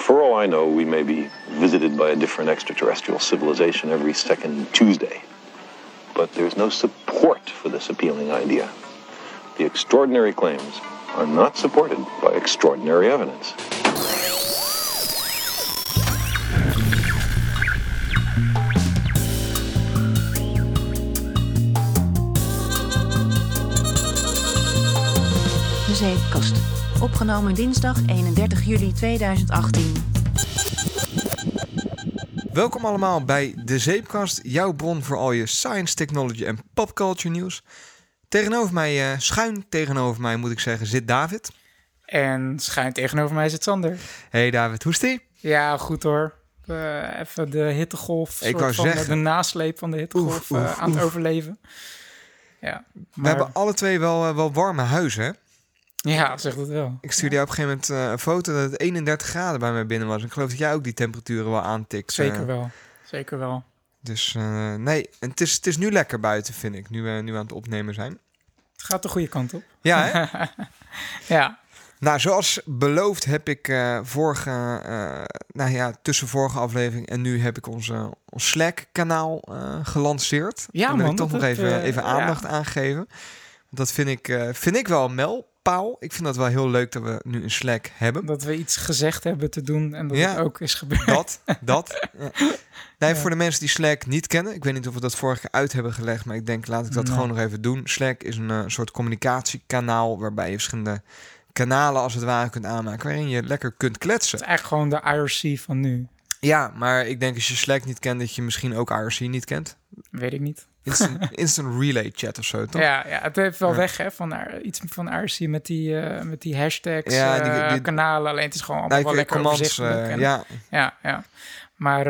For all I know, we may be visited by a different extraterrestrial civilization every second Tuesday. But there's no support for this appealing idea. The extraordinary claims are not supported by extraordinary evidence. De Zeepkast. Opgenomen dinsdag 31 juli 2018. Welkom allemaal bij De Zeepkast, jouw bron voor al je science, technology en popculture nieuws. Schuin tegenover mij moet ik zeggen, zit David. En schuin tegenover mij zit Sander. Hey David, hoe is die? Ja, goed hoor. Even de hittegolf, de nasleep van de hittegolf aan het overleven. Ja, maar... We hebben alle twee wel warme huizen, hè? Ja, zeg dat wel. Ik stuurde jou op een gegeven moment een foto dat het 31 graden bij mij binnen was. Ik geloof dat jij ook die temperaturen wel aantikt. Zeker wel. Dus nee, en het is nu lekker buiten, vind ik, nu we aan het opnemen zijn. Het gaat de goede kant op. Ja, hè? Ja. Nou, zoals beloofd heb ik tussen vorige aflevering en nu heb ik ons Slack-kanaal gelanceerd. Ja, daar wil man. ik toch nog even aandacht aan geven. Dat vind ik wel een mijlpaal. Ik vind dat wel heel leuk dat we nu een Slack hebben. Dat we iets gezegd hebben te doen en dat het ook is gebeurd. Dat. Ja. Nee, voor de mensen die Slack niet kennen. Ik weet niet of we dat vorige keer uit hebben gelegd, maar ik denk, laat ik dat gewoon nog even doen. Slack is een soort communicatiekanaal waarbij je verschillende kanalen als het ware kunt aanmaken, waarin je lekker kunt kletsen. Het is eigenlijk gewoon de IRC van nu. Ja, maar ik denk als je Slack niet kent, dat je misschien ook IRC niet kent. Weet ik niet. Instant relay chat of zo, toch? Ja, het heeft wel weg, hè, iets van IRC met die hashtags, die kanalen. Alleen het is gewoon allemaal wel lekker overzichtelijk. Ja. Maar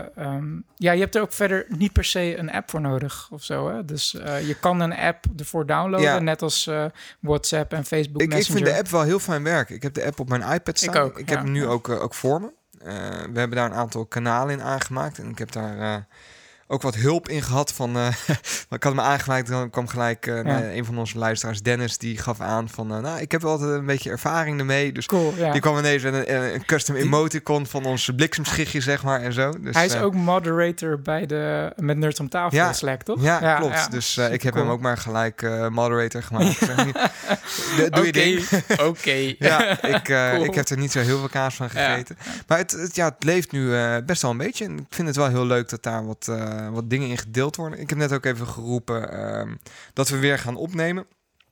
je hebt er ook verder niet per se een app voor nodig of zo. Hè? Dus je kan een app ervoor downloaden, net als WhatsApp en Facebook Messenger. Ik vind de app wel heel fijn werken. Ik heb de app op mijn iPad staan. Ik ook. Ik heb hem nu ook voor me. We hebben daar een aantal kanalen in aangemaakt. En ik heb daar ook wat hulp in gehad van... ik had me aangemaakt, dan kwam gelijk een van onze luisteraars, Dennis, die gaf aan van... ik heb wel altijd een beetje ervaring ermee. Dus cool, die kwam ineens een custom emoticon van onze bliksemschichtje, zeg maar, en zo. Dus, hij is ook moderator met Nerds om tafel Slack, toch? Ja, klopt. Ja. Dus ik heb hem ook maar gelijk moderator gemaakt. Doe je ding. Oké. Ja, cool. Ik heb er niet zo heel veel kaas van gegeten. Ja. Maar het leeft nu best wel een beetje. En ik vind het wel heel leuk dat daar wat dingen in gedeeld worden. Ik heb net ook even geroepen dat we weer gaan opnemen.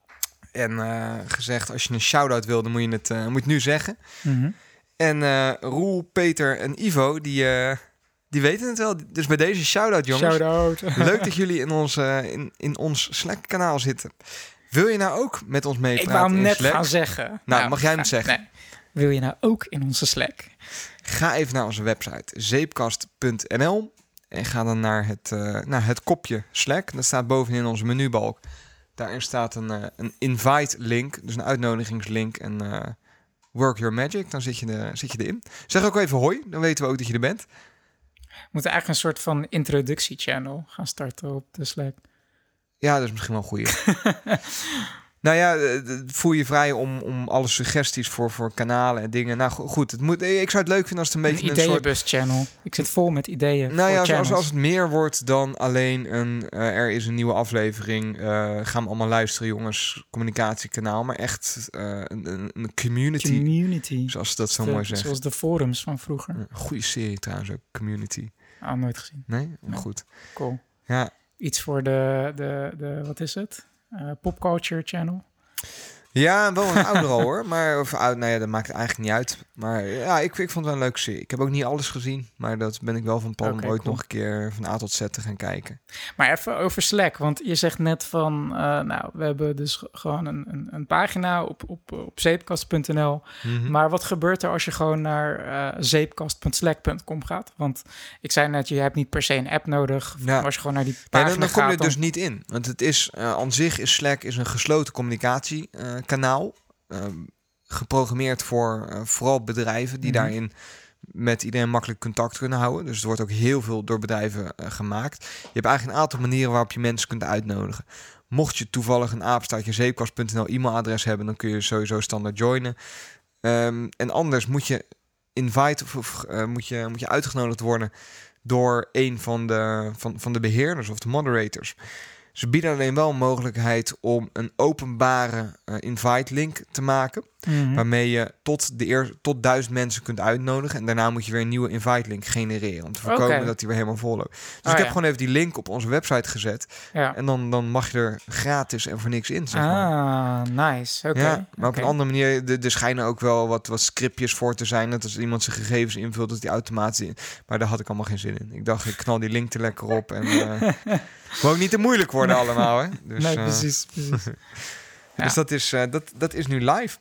En gezegd, als je een shout-out wil, dan moet je het nu zeggen. Mm-hmm. En Roel, Peter en Ivo, die weten het wel. Dus bij deze shout-out, jongens. Shout-out. Leuk dat jullie in ons Slack-kanaal zitten. Wil je nou ook met ons meepraten? Ik wou hem net Slack? gaan zeggen. Nou, mag jij hem zeggen? Nee. Wil je nou ook in onze Slack? Ga even naar onze website, zeepkast.nl. En ga dan naar het kopje Slack. Dat staat bovenin onze menubalk. Daarin staat een invite link, dus een uitnodigingslink. En work your magic, dan zit je erin. Zeg ook even hoi, dan weten we ook dat je er bent. We moeten eigenlijk een soort van introductiechannel gaan starten op de Slack. Ja, dat is misschien wel een goeie. Nou ja, voel je vrij om alle suggesties voor kanalen en dingen. Nou goed, ik zou het leuk vinden als het een beetje een ideeënbus-channel. Ik zit vol met ideeën. Nou ja, als het meer wordt dan alleen er is een nieuwe aflevering. Gaan we allemaal luisteren, jongens. Communicatiekanaal, maar echt een community. Zoals ze dat zo mooi zeggen. Zoals de forums van vroeger. Een goede serie trouwens ook, Community. Nooit gezien. Nee? Goed. Cool. Ja. Iets voor de wat is het? Popculture channel. Ja, wel een ouder al hoor. Maar dat maakt het eigenlijk niet uit. Maar ja, ik vond het wel een leuke serie. Ik heb ook niet alles gezien. Maar dat ben ik wel van plan om ooit nog een keer van A tot Z te gaan kijken. Maar even over Slack. Want je zegt net van... we hebben dus gewoon een pagina op zeepkast.nl. Mm-hmm. Maar wat gebeurt er als je gewoon naar zeepkast.slack.com gaat? Want ik zei net, je hebt niet per se een app nodig. Ja. Als je gewoon naar die pagina gaat... Dan kom je er dus niet in. Want het is... aan zich is Slack een gesloten communicatiekanaal. Geprogrammeerd voor vooral bedrijven die daarin met iedereen makkelijk contact kunnen houden. Dus het wordt ook heel veel door bedrijven gemaakt. Je hebt eigenlijk een aantal manieren waarop je mensen kunt uitnodigen. Mocht je toevallig een apenstaartje zeepkast.nl e-mailadres hebben, dan kun je sowieso standaard joinen. En anders moet je invite of moet je uitgenodigd worden door een van de beheerders of de moderators. Ze bieden alleen wel een mogelijkheid om een openbare invite link te maken. Mm-hmm. Waarmee je tot 1000 mensen kunt uitnodigen. En daarna moet je weer een nieuwe invite link genereren. Om te voorkomen dat die weer helemaal vol loopt. Dus ik heb gewoon even die link op onze website gezet. Ja. En dan mag je er gratis en voor niks in, zeg maar. Nice. Okay. Ja, maar op een andere manier, er schijnen ook wel wat scriptjes voor te zijn. Dat als iemand zijn gegevens invult, dat die automatisch... Maar daar had ik allemaal geen zin in. Ik dacht, ik knal die link er lekker op. En gewoon niet te moeilijk worden allemaal, hè. Dus, nee, precies. Dus dat is nu live.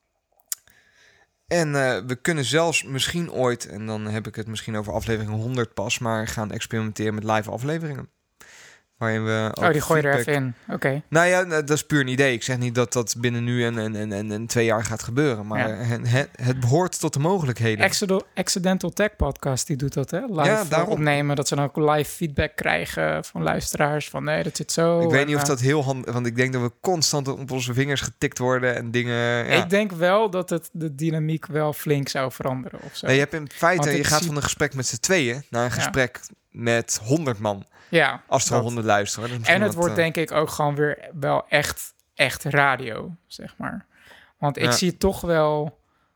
En we kunnen zelfs misschien ooit, en dan heb ik het misschien over aflevering 100 pas, maar gaan experimenteren met live afleveringen. Waarin we die gooi je er even in. Oké. Nou ja, dat is puur een idee. Ik zeg niet dat dat binnen nu en 2 jaar gaat gebeuren. Maar het behoort tot de mogelijkheden. Accidental Tech Podcast, die doet dat, hè? Live opnemen, dat ze dan ook live feedback krijgen van luisteraars. Van nee, dat zit zo. Ik weet niet of dat heel handig... Want ik denk dat we constant op onze vingers getikt worden en dingen... Ja. Ik denk wel dat de dynamiek wel flink zou veranderen of zo. Nee, je hebt in feite, je gaat van een gesprek met z'n tweeën naar een gesprek met 100 man. Ja, als er al 100 luisteren. En het wordt denk ik ook gewoon weer wel echt radio, zeg maar. Want ik zie toch wel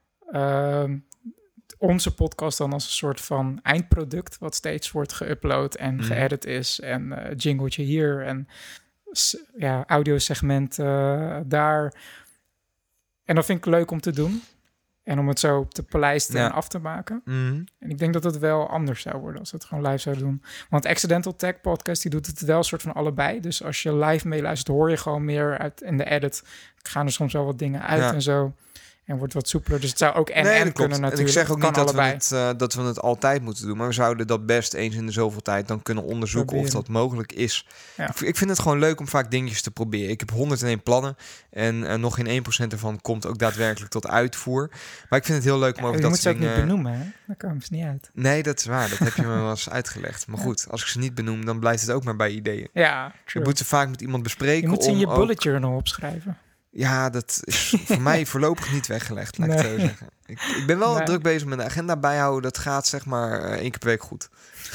onze podcast dan als een soort van eindproduct... wat steeds wordt geüpload en geëdit is. En jingletje hier en audiosegment daar. En dat vind ik leuk om te doen. En om het zo te polijsten en af te maken. Mm-hmm. En ik denk dat het wel anders zou worden als we het gewoon live zouden doen. Want Accidental Tech Podcast, die doet het wel een soort van allebei. Dus als je live meeluistert, hoor je gewoon meer uit in de edit. Gaan er soms wel wat dingen uit en zo. En wordt wat soepeler. Dus het zou ook en kunnen natuurlijk. En ik zeg ook niet dat we het altijd moeten doen. Maar we zouden dat best eens in de zoveel tijd dan kunnen onderzoeken of dat mogelijk is. Ja. Ik vind het gewoon leuk om vaak dingetjes te proberen. Ik heb 101 plannen. En nog geen 1% ervan komt ook daadwerkelijk tot uitvoer. Maar ik vind het heel leuk om over dat soort dingen... Je moet ze ook niet benoemen, hè? Dan komen ze niet uit. Nee, dat is waar. Dat heb je me wel eens uitgelegd. Maar goed, als ik ze niet benoem, dan blijft het ook maar bij ideeën. Ja, true. Je moet ze vaak met iemand bespreken. Je moet ze in je bullet journal opschrijven. Ja, dat is voor mij voorlopig niet weggelegd, laat ik het zo zeggen. Ik ben wel druk bezig met de agenda bijhouden. Dat gaat zeg maar 1 keer per week goed.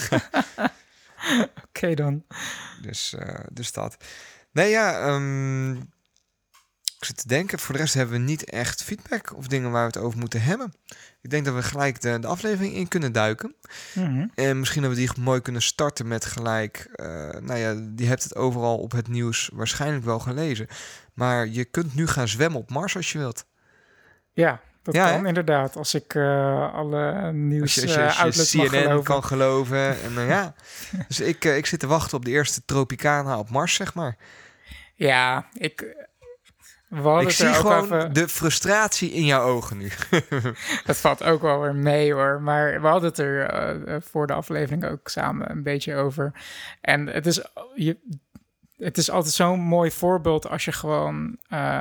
Oké dan. Dus dat. Nee, ja... ik zit te denken, voor de rest hebben we niet echt feedback of dingen waar we het over moeten hebben. Ik denk dat we gelijk de aflevering in kunnen duiken. Mm-hmm. En misschien hebben we die mooi kunnen starten met gelijk... die hebt het overal op het nieuws waarschijnlijk wel gelezen. Maar je kunt nu gaan zwemmen op Mars als je wilt. Ja, dat kan inderdaad. Als ik alle nieuws outlets CNN mag geloven. Kan geloven. En, Dus ik zit te wachten op de eerste Tropicana op Mars, zeg maar. Ja, ik zie gewoon de frustratie in jouw ogen nu. Dat valt ook wel weer mee, hoor. Maar we hadden het er voor de aflevering ook samen een beetje over. En het is altijd zo'n mooi voorbeeld als je gewoon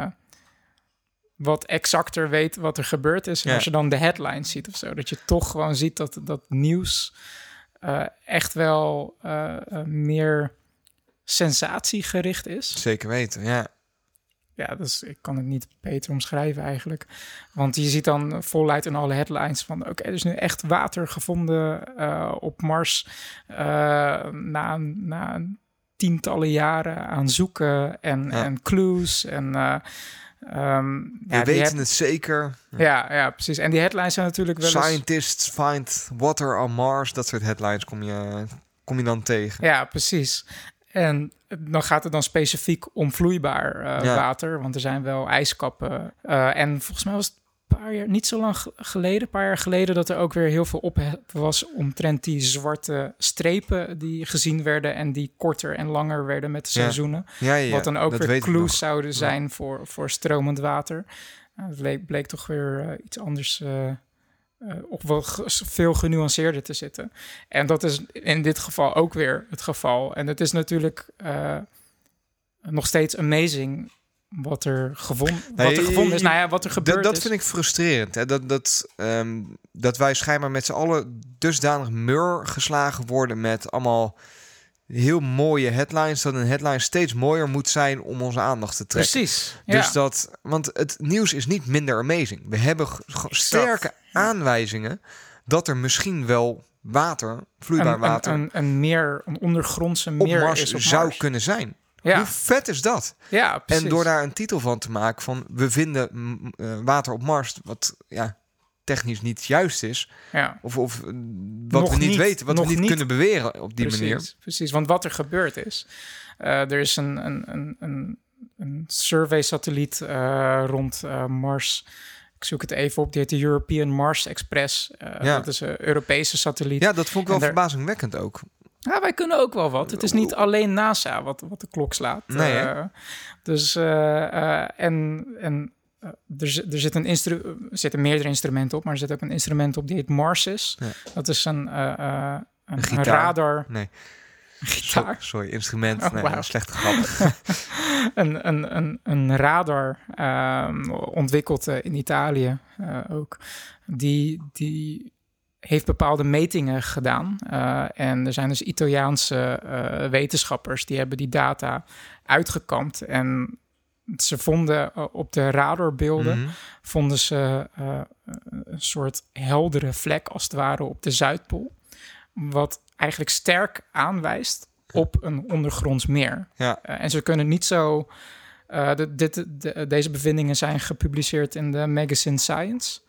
wat exacter weet wat er gebeurd is. En als je dan de headlines ziet of zo. Dat je toch gewoon ziet dat nieuws echt wel meer sensatiegericht is. Zeker weten, ja. Ja, dus ik kan het niet beter omschrijven eigenlijk. Want je ziet dan voluit in alle headlines van... oké, er is nu echt water gevonden op Mars... na tientallen jaren aan zoeken en clues. En, we weten het zeker. Ja, precies. En die headlines zijn natuurlijk wel Scientists find water on Mars. Dat soort headlines kom je dan tegen. Ja, precies. En dan gaat het dan specifiek om vloeibaar water. Want er zijn wel ijskappen. En volgens mij was het een paar jaar geleden... dat er ook weer heel veel ophef was omtrent die zwarte strepen... die gezien werden en die korter en langer werden met de seizoenen. Ja, wat dan ook weer clues zouden zijn voor stromend water. Het bleek toch weer iets anders... of wel veel genuanceerder te zitten. En dat is in dit geval ook weer het geval. En het is natuurlijk nog steeds amazing wat er gevonden is. Nou ja, wat er gebeurd is. Dat vind ik frustrerend. Hè? Dat wij schijnbaar met z'n allen dusdanig mur geslagen worden met allemaal heel mooie headlines, dat een headline steeds mooier moet zijn om onze aandacht te trekken. Precies. Dus want het nieuws is niet minder amazing. We hebben sterke aanwijzingen dat er misschien wel vloeibaar water... Een ondergrondse meer op Mars is op Mars. Zou kunnen zijn. Ja. Hoe vet is dat? Ja, precies. En door daar een titel van te maken van... we vinden water op Mars, wat technisch niet juist is. Ja. Of wat we niet weten, wat we niet kunnen beweren op die manier. Precies, want wat er gebeurd is... er is een survey-satelliet rond Mars... Ik zoek het even op. Die heet de European Mars Express. Dat is een Europese satelliet. Ja, dat vond ik wel verbazingwekkend ook. Ja, wij kunnen ook wel wat. Het is niet alleen NASA wat de klok slaat. Nee, er zitten meerdere instrumenten op, maar er zit ook een instrument op die heet MARSIS. Ja. Dat is een radar. Nee. Gitaar. Sorry, instrument. Oh, wow. Slechte grap. een radar ontwikkeld in Italië ook. Die heeft bepaalde metingen gedaan. En er zijn dus Italiaanse wetenschappers... die hebben die data uitgekampt. En ze vonden op de radarbeelden... vonden ze een soort heldere vlek... als het ware op de Zuidpool. Wat eigenlijk sterk aanwijst op een ondergronds meer. Ja. En ze kunnen niet zo... deze bevindingen zijn gepubliceerd in de magazine Science...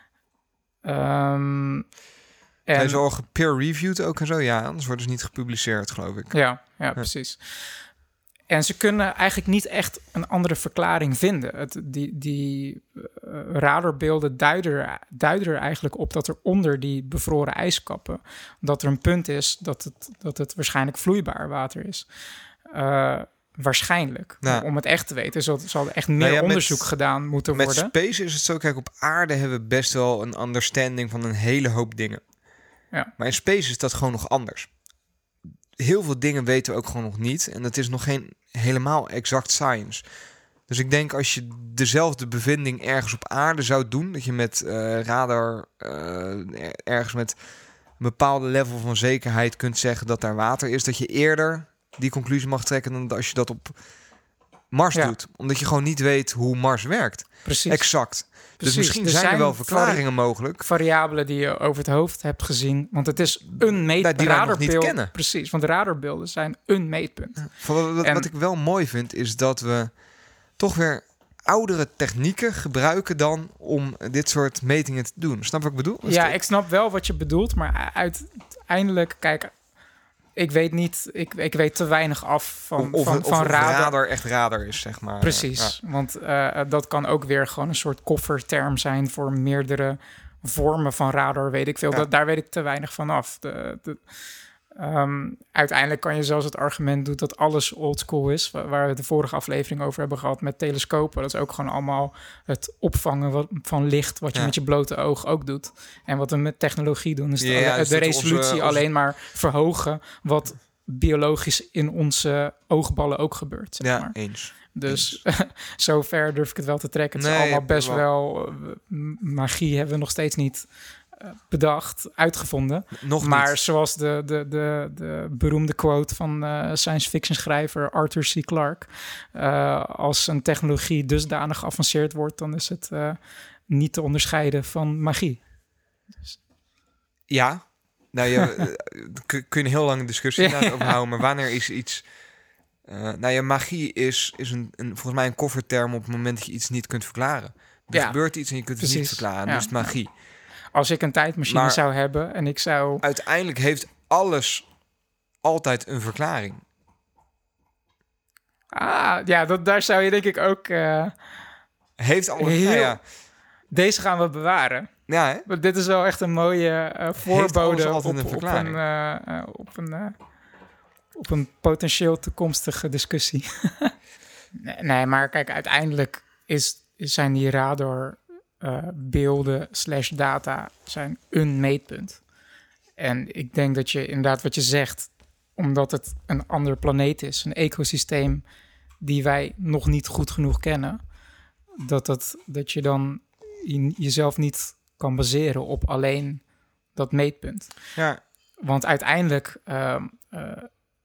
Zijn ze al gepeer-reviewed ook en zo? Ja, anders worden ze niet gepubliceerd, geloof ik. Ja, precies. En ze kunnen eigenlijk niet echt een andere verklaring vinden. Die radarbeelden duiden er eigenlijk op dat er onder die bevroren ijskappen... dat er een punt is dat het waarschijnlijk vloeibaar water is. Waarschijnlijk. Nou, om het echt te weten zal er echt meer onderzoek gedaan moeten worden. Met space is het zo, kijk, op aarde hebben we best wel een understanding van een hele hoop dingen. Ja. Maar in space is dat gewoon nog anders. Heel veel dingen weten we ook gewoon nog niet. En dat is nog geen helemaal exact science. Dus ik denk als je dezelfde bevinding ergens op aarde zou doen... dat je met radar ergens met een bepaalde level van zekerheid kunt zeggen dat daar water is... dat je eerder die conclusie mag trekken dan als je dat op Mars doet. Omdat je gewoon niet weet hoe Mars werkt. Precies. Exact. Dus misschien zijn er wel verklaringen mogelijk. Variabelen die je over het hoofd hebt gezien. Want het is een meetpunt. Die we nog niet kennen. Precies, want de radarbeelden zijn een meetpunt. Wat ik wel mooi vind, is dat we toch weer oudere technieken gebruiken dan om dit soort metingen te doen. Snap wat ik bedoel? Ik snap wel wat je bedoelt. Maar uiteindelijk, kijk... Ik weet niet, ik weet te weinig af van radar echt radar is, zeg maar. Precies, want dat kan ook weer gewoon een soort kofferterm zijn voor meerdere vormen van radar, weet ik veel. Daar weet ik te weinig van af. Uiteindelijk kan je zelfs het argument doen dat alles oldschool is, waar we de vorige aflevering over hebben gehad met telescopen. Dat is ook gewoon allemaal het opvangen van licht, wat je met je blote oog ook doet. En wat we met technologie doen, is de resolutie alleen maar verhogen, wat biologisch in onze oogballen ook gebeurt. Zeg maar. Eens. Dus zover durf ik het wel te trekken. Het is allemaal best wel magie hebben we nog steeds niet bedacht, uitgevonden. Maar niet. Zoals de beroemde quote van science fiction schrijver Arthur C. Clarke. Als een technologie dusdanig geavanceerd wordt, dan is het niet te onderscheiden van magie. Dus. Ja, nou kun je een heel lange discussie over houden, maar wanneer is iets... magie is volgens mij een kofferterm op het moment dat je iets niet kunt verklaren. Er gebeurt iets en je kunt het niet verklaren, dus het magie. Als ik een tijdmachine zou hebben en ik zou... Uiteindelijk heeft alles altijd een verklaring. Daar zou je denk ik ook... heeft alles... Deze gaan we bewaren. Ja, hè? Want dit is wel echt een mooie voorbode op een potentieel toekomstige discussie. Nee, maar kijk, uiteindelijk zijn die radar... beelden / data zijn een meetpunt. En ik denk dat je inderdaad wat je zegt, omdat het een ander planeet is, een ecosysteem die wij nog niet goed genoeg kennen, dat je dan jezelf niet kan baseren op alleen dat meetpunt. Ja. Want uiteindelijk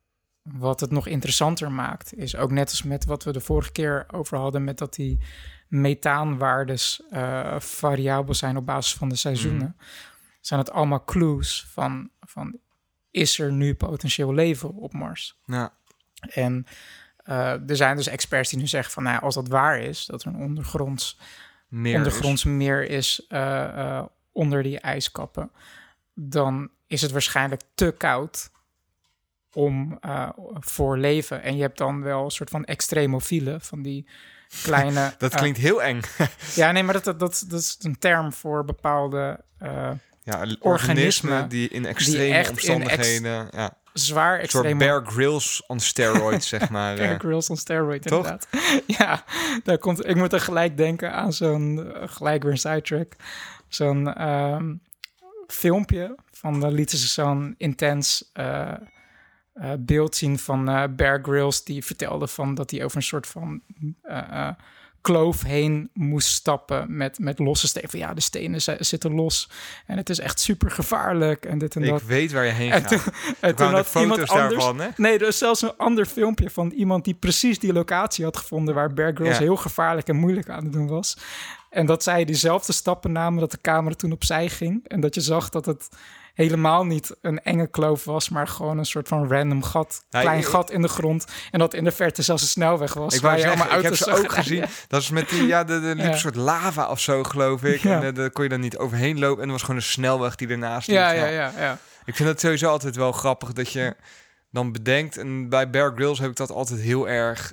wat het nog interessanter maakt, is ook net als met wat we de vorige keer over hadden, met dat die methaanwaardes variabel zijn op basis van de seizoenen, zijn het allemaal clues van is er nu potentieel leven op Mars? Ja. En er zijn dus experts die nu zeggen van, als dat waar is, dat er een ondergronds meer is onder die ijskappen, dan is het waarschijnlijk te koud om voor leven. En je hebt dan wel een soort van extremofielen, van die kleine... Dat klinkt heel eng. Ja, nee, maar dat is een term voor bepaalde organismen die in extreme omstandigheden... zwaar extreme... Een soort Bear Grylls on steroids, zeg maar. Bear Grylls on steroid, inderdaad. Ja, ik moet er gelijk denken aan zo'n... gelijk weer een sidetrack. Zo'n filmpje van... Dan lieten ze zo'n intens beeld zien van Bear Grylls... die vertelde van dat hij over een soort van... kloof heen moest stappen met losse stenen. Van, de stenen zitten los. En het is echt super gevaarlijk. En dit en dat. Ik weet waar je heen gaat. En toen had foto's daarvan, hè? Nee, er is zelfs een ander filmpje van iemand die precies die locatie had gevonden waar Bear Grylls heel gevaarlijk en moeilijk aan het doen was. En dat zij diezelfde stappen namen, dat de camera toen opzij ging. En dat je zag dat het helemaal niet een enge kloof was, maar gewoon een soort van random gat. Klein gat in de grond. En dat in de verte zelfs een snelweg was. Ik heb ze ook gezien. Dat is met die, er liep een soort lava of zo, geloof ik. Ja. En daar kon je dan niet overheen lopen. En er was gewoon een snelweg die ernaast liep. Ja. Ik vind het sowieso altijd wel grappig dat je dan bedenkt. En bij Bear Grylls heb ik dat altijd heel erg...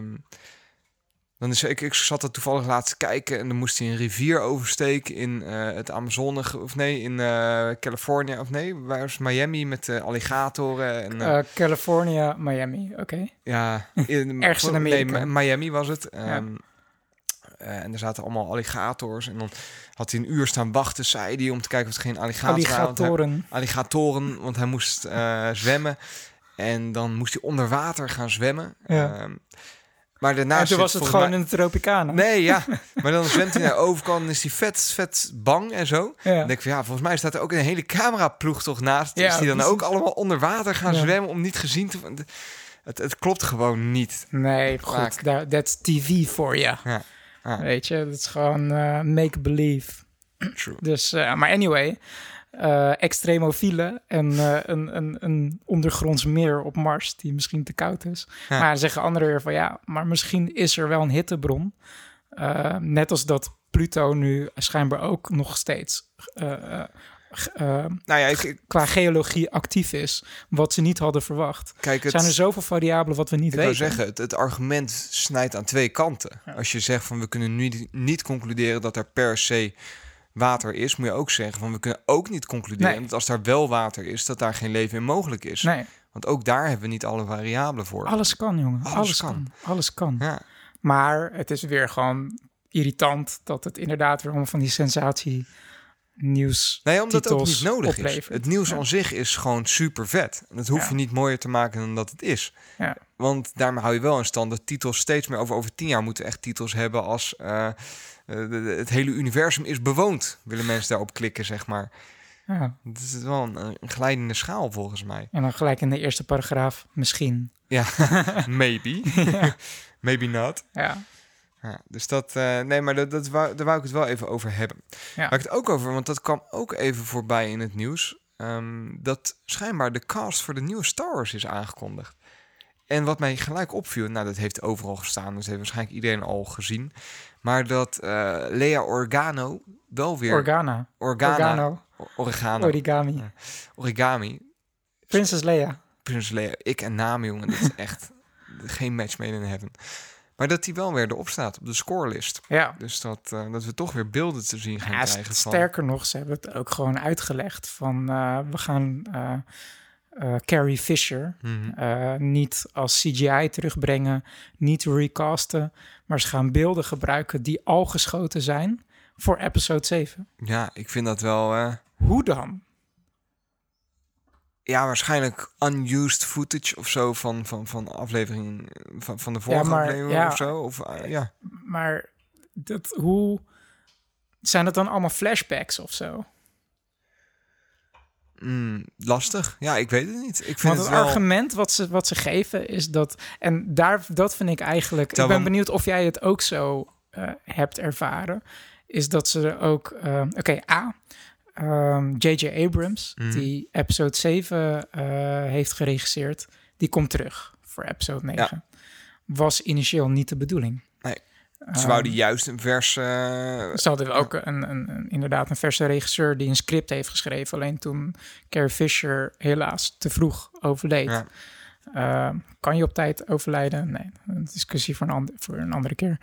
Ik zat er toevallig laatst kijken en dan moest hij een rivier oversteken in het Amazone, in Californië, waar is Miami met alligatoren? En, California, Miami, oké. Ja, ergens in Amerika. Nee, Miami was het. En er zaten allemaal alligators en dan had hij een uur staan wachten, zei hij, om te kijken of het geen alligatoren, want hij moest zwemmen en dan moest hij onder water gaan zwemmen. Ja. Maar daarna toen was het gewoon in de Tropicana. Nee, ja. Maar dan zwemt hij naar de overkant en is hij vet bang en zo. Ja. Dan denk ik van, volgens mij staat er ook een hele cameraploeg toch naast. Ja, is die dan ook allemaal onder water gaan zwemmen om niet gezien te worden? Het klopt gewoon niet. Nee, goed. That's TV voor je. Ja. Weet je, dat is gewoon make-believe. True. Dus, maar anyway... extremofielen en een ondergronds meer op Mars die misschien te koud is. Ja. Maar zeggen anderen weer van maar misschien is er wel een hittebron. Net als dat Pluto nu schijnbaar ook nog steeds qua geologie actief is, wat ze niet hadden verwacht. Kijk, zijn er zoveel variabelen wat we niet weten. Ik zou zeggen, het argument snijdt aan twee kanten. Ja. Als je zegt van we kunnen nu niet concluderen dat er per se water is, moet je ook zeggen van we kunnen ook niet concluderen dat als daar wel water is, dat daar geen leven in mogelijk is. Nee. Want ook daar hebben we niet alle variabelen voor. Alles kan, jongen. Alles kan. Ja. Maar het is weer gewoon irritant dat het inderdaad weer allemaal van die sensatie nieuws. Nee, omdat het ook niet nodig is. Het nieuws aan zich is gewoon super vet. En dat hoef je niet mooier te maken dan dat het is. Ja. Want daarmee hou je wel in stand dat titels steeds meer over 10 jaar moeten echt titels hebben als het hele universum is bewoond. Willen mensen daarop klikken, zeg maar. Ja. Het is wel een glijdende schaal volgens mij. En dan gelijk in de eerste paragraaf, misschien. Ja, maybe. Maybe not. Ja. Ja, dus dat... nee, maar daar wou ik het wel even over hebben. Ja. Waar ik het ook over, want dat kwam ook even voorbij in het nieuws. Dat schijnbaar de cast voor de nieuwe Star Wars is aangekondigd. En wat mij gelijk opviel, dat heeft overal gestaan, dus heeft waarschijnlijk iedereen al gezien. Maar dat Leia Organa wel weer... Origami. Prinses Leia. Ik en naam, jongen. Dat is echt geen match made in heaven. Maar dat die wel weer erop staat op de scorelist. Ja. Dus dat we toch weer beelden te zien gaan krijgen. Sterker nog, ze hebben het ook gewoon uitgelegd van we gaan Carrie Fisher niet als CGI terugbrengen, niet recasten, maar ze gaan beelden gebruiken die al geschoten zijn voor episode 7. Ja, ik vind dat wel... Hoe dan? Ja, waarschijnlijk unused footage of zo van aflevering van de vorige aflevering of zo. Of, Maar hoe zijn het dan allemaal flashbacks of zo? Lastig. Ja, ik weet het niet. Ik vind Want het argument wat ze geven is dat... En dat vind ik eigenlijk... Ik ben benieuwd of jij het ook zo hebt ervaren. Is dat ze er ook... J.J. Abrams, die episode 7 heeft geregisseerd... die komt terug voor episode 9. Ja. Was initieel niet de bedoeling. Nee. Ze wouden juist een verse... Ze hadden ook inderdaad een verse regisseur die een script heeft geschreven. Alleen toen Carrie Fisher helaas te vroeg overleed. Ja. Kan je op tijd overlijden? Nee, een discussie voor een andere keer.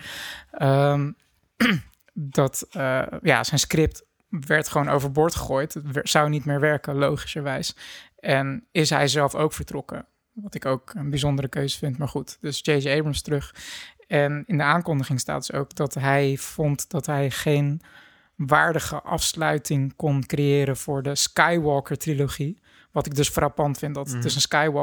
Zijn script werd gewoon overboord gegooid. Het zou niet meer werken, logischerwijs. En is hij zelf ook vertrokken. Wat ik ook een bijzondere keuze vind, maar goed. Dus J.J. Abrams terug. En in de aankondiging staat dus ook dat hij vond dat hij geen waardige afsluiting kon creëren voor de Skywalker-trilogie. Wat ik dus frappant vind dat het dus een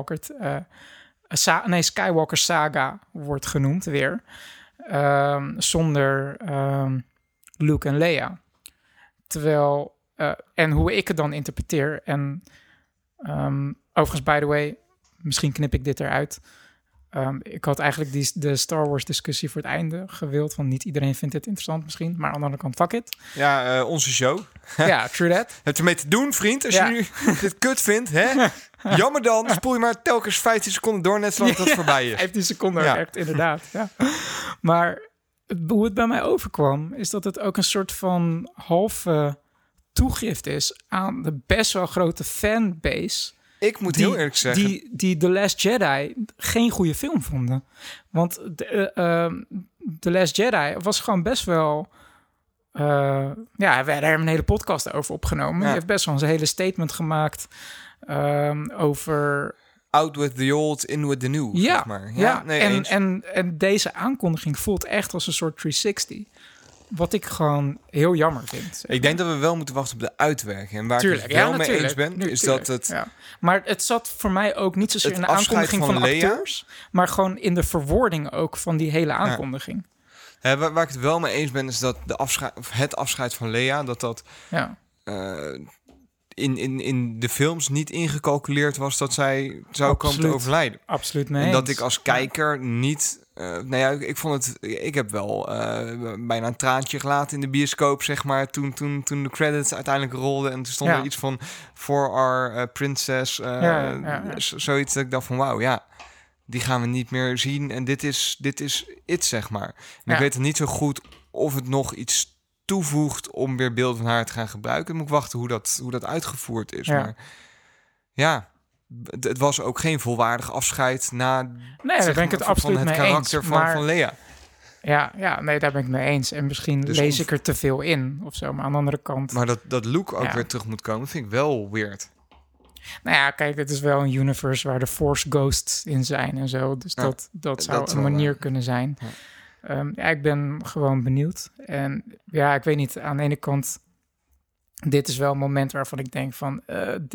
Skywalker saga wordt genoemd weer. Zonder Luke en Leia. Terwijl, en hoe ik het dan interpreteer. En overigens, by the way, misschien knip ik dit eruit. Ik had eigenlijk de Star Wars discussie voor het einde gewild. Want niet iedereen vindt dit interessant misschien. Maar aan de andere kant, fuck it. Ja, onze show. Ja, true that. Het ermee te doen, vriend. Als je nu dit kut vindt, hè? Jammer dan. Spoel je maar telkens 15 seconden door. Net zolang dat voorbij is. 15 seconden, echt, inderdaad. Ja. Maar hoe het bij mij overkwam... is dat het ook een soort van halve toegift is... aan de best wel grote fanbase... Ik moet heel eerlijk zeggen... Die The Last Jedi geen goede film vonden. Want The Last Jedi was gewoon best wel... we hebben er een hele podcast over opgenomen. Ja. Die heeft best wel een hele statement gemaakt over... Out with the old, in with the new, ja, zeg maar. Ja, nee, en deze aankondiging voelt echt als een soort 360... Wat ik gewoon heel jammer vind. Zeg maar. Ik denk dat we wel moeten wachten op de uitwerking. En waar ik het wel mee eens ben, is dat het... Ja. Maar het zat voor mij ook niet zozeer in de aankondiging van Leia, acteurs... maar gewoon in de verwoording ook van die hele aankondiging. Ja. Waar ik het wel mee eens ben, is dat het afscheid van Leia... dat in de films niet ingecalculeerd was... dat zij zou komen te overlijden. Absoluut mee. En dat ik als kijker niet... ik heb wel bijna een traantje gelaten in de bioscoop, zeg maar, toen de credits uiteindelijk rolden en toen stond er iets van For Our Princess, zoiets dat ik dacht van wauw, die gaan we niet meer zien en dit is it, zeg maar. En ik weet het niet zo goed of het nog iets toevoegt om weer beeld van haar te gaan gebruiken. Dan moet ik wachten hoe dat uitgevoerd is. Maar ja... Het was ook geen volwaardig afscheid na daar ben ik het absoluut van het mee karakter eens, van Leia. Ja, daar ben ik het mee eens. En misschien dus lees ik er te veel in of zo. Maar aan de andere kant... Maar dat Luke ook weer terug moet komen, vind ik wel weird. Nou ja, kijk, het is wel een universe waar de Force Ghosts in zijn en zo. Dus dat zou een manier kunnen zijn. Ja. Ik ben gewoon benieuwd. En ja, ik weet niet, aan de ene kant... Dit is wel een moment waarvan ik denk van...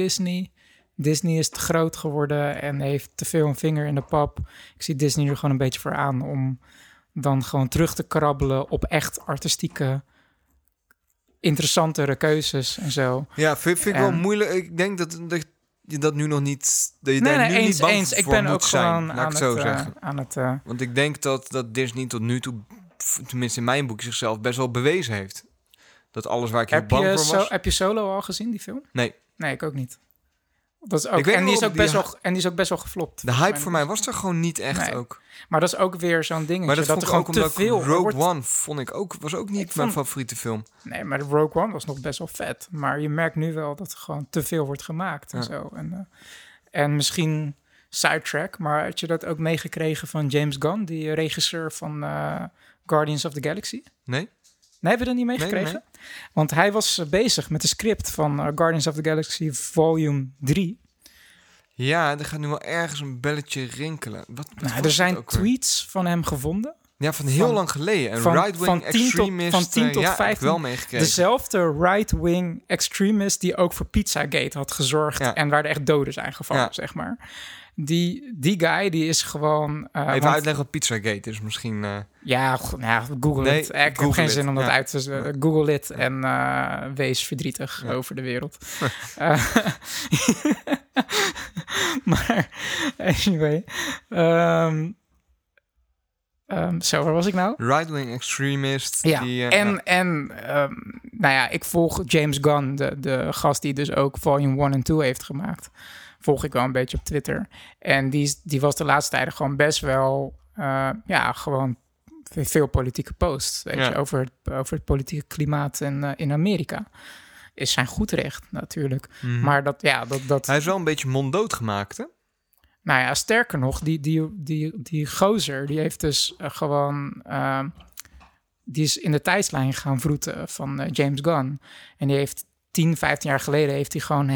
Disney is te groot geworden en heeft te veel een vinger in de pap. Ik zie Disney er gewoon een beetje voor aan om dan gewoon terug te krabbelen op echt artistieke, interessantere keuzes en zo. Ja, vind ik wel moeilijk. Ik denk dat je dat nu nog niet... Dat je daar nu eens, niet bang eens. voor ik ben moet ook zijn, gewoon laat ik zo zeggen. Aan het... Want ik denk dat Disney tot nu toe, tenminste in mijn boek, zichzelf best wel bewezen heeft. Dat alles waar ik heel bang voor was... Heb je Solo al gezien, die film? Nee. Nee, ik ook niet. Dat is ook, en die is ook best wel geflopt. De hype voor mij was er gewoon niet echt ook. Maar dat is ook weer zo'n dingetje. Maar dat er gewoon te veel... Rogue One vond ik ook, was ook niet mijn favoriete film. Nee, maar Rogue One was nog best wel vet. Maar je merkt nu wel dat er gewoon te veel wordt gemaakt en zo. En misschien sidetrack, maar had je dat ook meegekregen van James Gunn, die regisseur van Guardians of the Galaxy? Nee. Nee, hebben we dat niet meegekregen? Nee. Want hij was bezig met de script van Guardians of the Galaxy Volume 3. Ja, er gaat nu wel ergens een belletje rinkelen. Wat er zijn tweets van hem gevonden. Ja, van heel lang geleden. Een right-wing extremist. Van 10 tot 15. Heb ik wel meegekregen. Dezelfde right-wing extremist die ook voor Pizzagate had gezorgd. Ja. En waar er echt doden zijn gevallen, zeg maar. Die guy, die is gewoon... Even uitleggen wat Pizzagate is misschien... Google het. Ik heb geen zin om dat uit te... Google it en wees verdrietig over de wereld. Maar anyway... waar was ik nou? Right-wing extremist. Ja, ik volg James Gunn, de gast die dus ook Volume 1 en 2 heeft gemaakt. Volg ik wel een beetje op Twitter. En die was de laatste tijden gewoon best wel... gewoon veel politieke posts. Weet je, over het politieke klimaat in Amerika. Is zijn goed recht, natuurlijk. Mm. Maar dat... Hij is wel een beetje monddood gemaakt, hè? Nou ja, sterker nog, die gozer, die heeft dus gewoon... die is in de tijdslijn gaan vroeten van James Gunn. En die heeft 10, 15 jaar geleden... heeft hij gewoon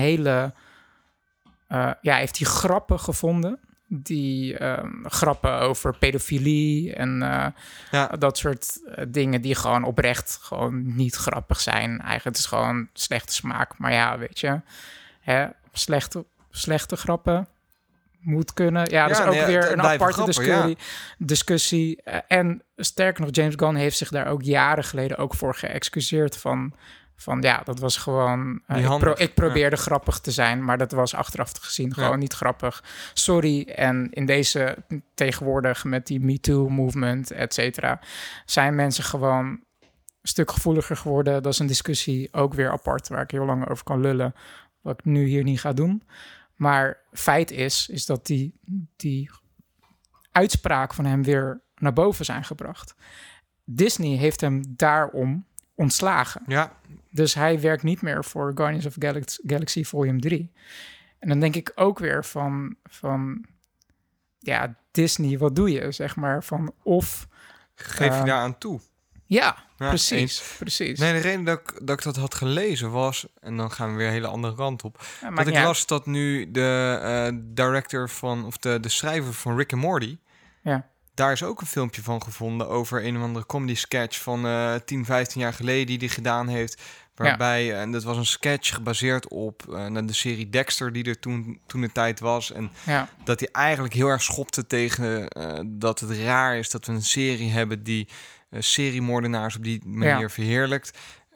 heeft hij grappen gevonden. Die grappen over pedofilie en dat soort dingen... die gewoon oprecht gewoon niet grappig zijn. Eigenlijk het is gewoon slechte smaak. Maar ja, weet je, slechte grappen... moet kunnen. Ja, dat is ook weer een aparte discussie. En sterker nog, James Gunn heeft zich daar ook jaren geleden ook voor geëxcuseerd van dat was gewoon... ik probeerde grappig te zijn, maar dat was achteraf gezien gewoon niet grappig. Sorry. En in deze tegenwoordig met die MeToo-movement, et cetera, zijn mensen gewoon een stuk gevoeliger geworden. Dat is een discussie ook weer apart, waar ik heel lang over kan lullen, wat ik nu hier niet ga doen. Maar feit is dat die uitspraak van hem weer naar boven zijn gebracht. Disney heeft hem daarom ontslagen. Ja. Dus hij werkt niet meer voor Guardians of Galaxy Volume 3. En dan denk ik ook weer van Disney, wat doe je? Zeg maar van of... Geef je daar aan toe? Ja, precies. Nee, de reden dat ik dat had gelezen was... en dan gaan we weer een hele andere kant op... dat ik las dat nu de director van... of de schrijver van Rick and Morty... daar is ook een filmpje van gevonden... over een of andere comedy sketch van 10, 15 jaar geleden... die hij gedaan heeft... waarbij, en dat was een sketch gebaseerd op de serie Dexter... die er toen de tijd was. En dat hij eigenlijk heel erg schopte tegen... dat het raar is dat we een serie hebben... die seriemoordenaars op die manier verheerlijkt.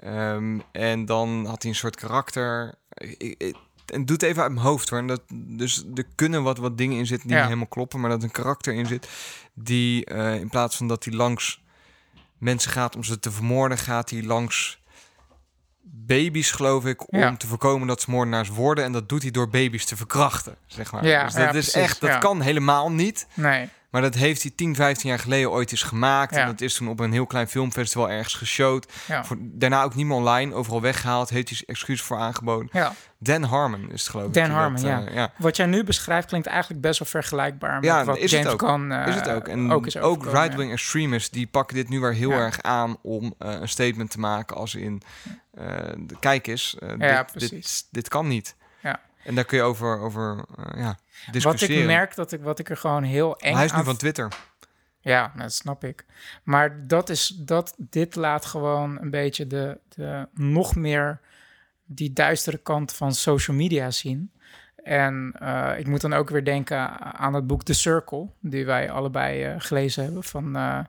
En dan had hij een soort karakter... En doe het even uit mijn hoofd, hoor. Dus er kunnen wat dingen in zitten die niet helemaal kloppen... maar dat een karakter in zit die in plaats van dat hij langs mensen gaat om ze te vermoorden... gaat hij langs baby's, geloof ik, om te voorkomen dat ze moordenaars worden. En dat doet hij door baby's te verkrachten, zeg maar. Ja, dus dat is precies, echt, dat kan helemaal niet. Nee. Maar dat heeft hij 10, 15 jaar geleden ooit eens gemaakt. Ja. En dat is toen op een heel klein filmfestival ergens geshowd. Ja. Daarna ook niet meer online, overal weggehaald. Heeft hij excuus voor aangeboden. Ja. Dan Harmon is het, geloof ik. Dan Harmon, ja. Wat jij nu beschrijft klinkt eigenlijk best wel vergelijkbaar met wat James Gunn is het ook. En ook right-wing extremists, die pakken dit nu weer heel erg aan... om een statement te maken als in... kijk eens, dit kan niet. Ja. En daar kun je over discussiëren. Wat ik merk, wat ik er gewoon heel eng... Maar hij is nu van Twitter. Ja, dat snap ik. Maar dit laat gewoon een beetje de nog meer die duistere kant van social media zien. En ik moet dan ook weer denken aan het boek The Circle, die wij allebei gelezen hebben van...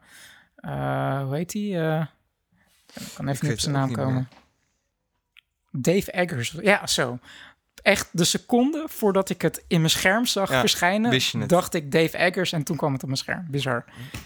hoe heet die? Ik kan even niet op zijn naam komen. Dave Eggers. Ja, zo. Echt de seconde voordat ik het in mijn scherm zag verschijnen... dacht ik Dave Eggers en toen kwam het op mijn scherm. Bizar.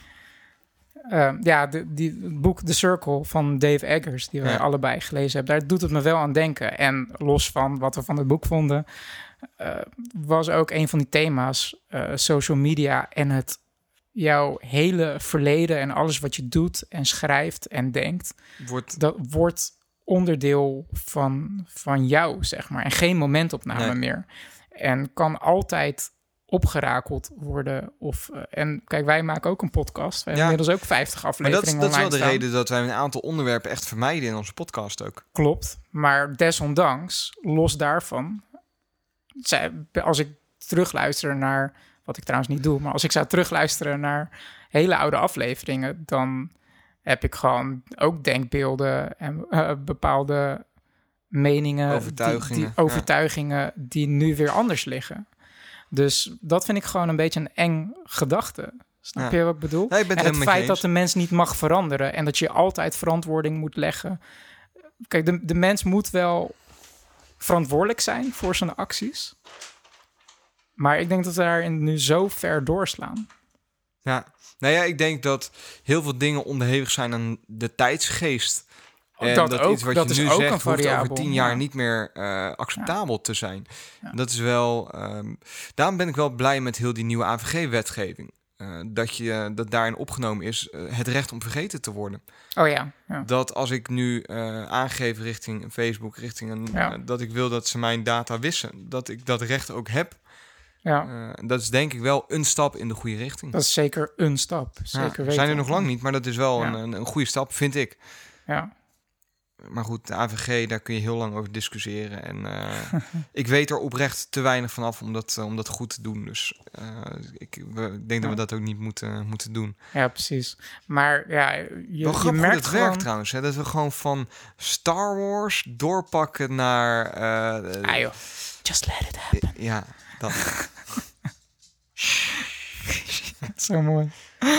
Het boek The Circle van Dave Eggers... die wij allebei gelezen hebben, daar doet het me wel aan denken. En los van wat we van het boek vonden... was ook een van die thema's... social media en het jouw hele verleden... en alles wat je doet en schrijft en denkt... wordt onderdeel van jou, zeg maar. En geen momentopname meer. En kan altijd opgerakeld worden. En kijk, wij maken ook een podcast. We hebben inmiddels ook 50 afleveringen maar dat is wel de reden dat wij een aantal onderwerpen echt vermijden in onze podcast ook. Klopt. Maar desondanks, los daarvan... als ik terugluister naar... wat ik trouwens niet doe... maar als ik zou terugluisteren naar hele oude afleveringen... dan heb ik gewoon ook denkbeelden en bepaalde meningen... Overtuigingen die nu weer anders liggen. Dus dat vind ik gewoon een beetje een eng gedachte. Snap je wat ik bedoel? Nee, en het feit dat de mens niet mag veranderen en dat je altijd verantwoording moet leggen. Kijk, de mens moet wel verantwoordelijk zijn voor zijn acties. Maar ik denk dat we daarin nu zo ver doorslaan. Ja, nou ja, ik denk dat heel veel dingen onderhevig zijn aan de tijdsgeest. En dat ook, iets wat dat je nu zegt, hoeft over 10 jaar niet meer acceptabel te zijn. Ja. Dat is wel... daarom ben ik wel blij met heel die nieuwe AVG-wetgeving. Dat daarin opgenomen is het recht om vergeten te worden. Oh ja. Dat als ik nu aangeef richting Facebook, dat ik wil dat ze mijn data wissen, dat ik dat recht ook heb. Ja. Dat is denk ik wel een stap in de goede richting. Dat is zeker een stap. Zeker weten. Zijn er nog lang niet, maar dat is wel een goede stap, vind ik. Ja. Maar goed, de AVG, daar kun je heel lang over discussiëren. En ik weet er oprecht te weinig van af om dat goed te doen. Dus ik denk dat we dat ook niet moeten doen. Ja, precies. Maar ja, je merkt het gewoon... werkt trouwens. Hè, dat we gewoon van Star Wars doorpakken naar... joh. Just let it happen. Ja, dat. Zo mooi.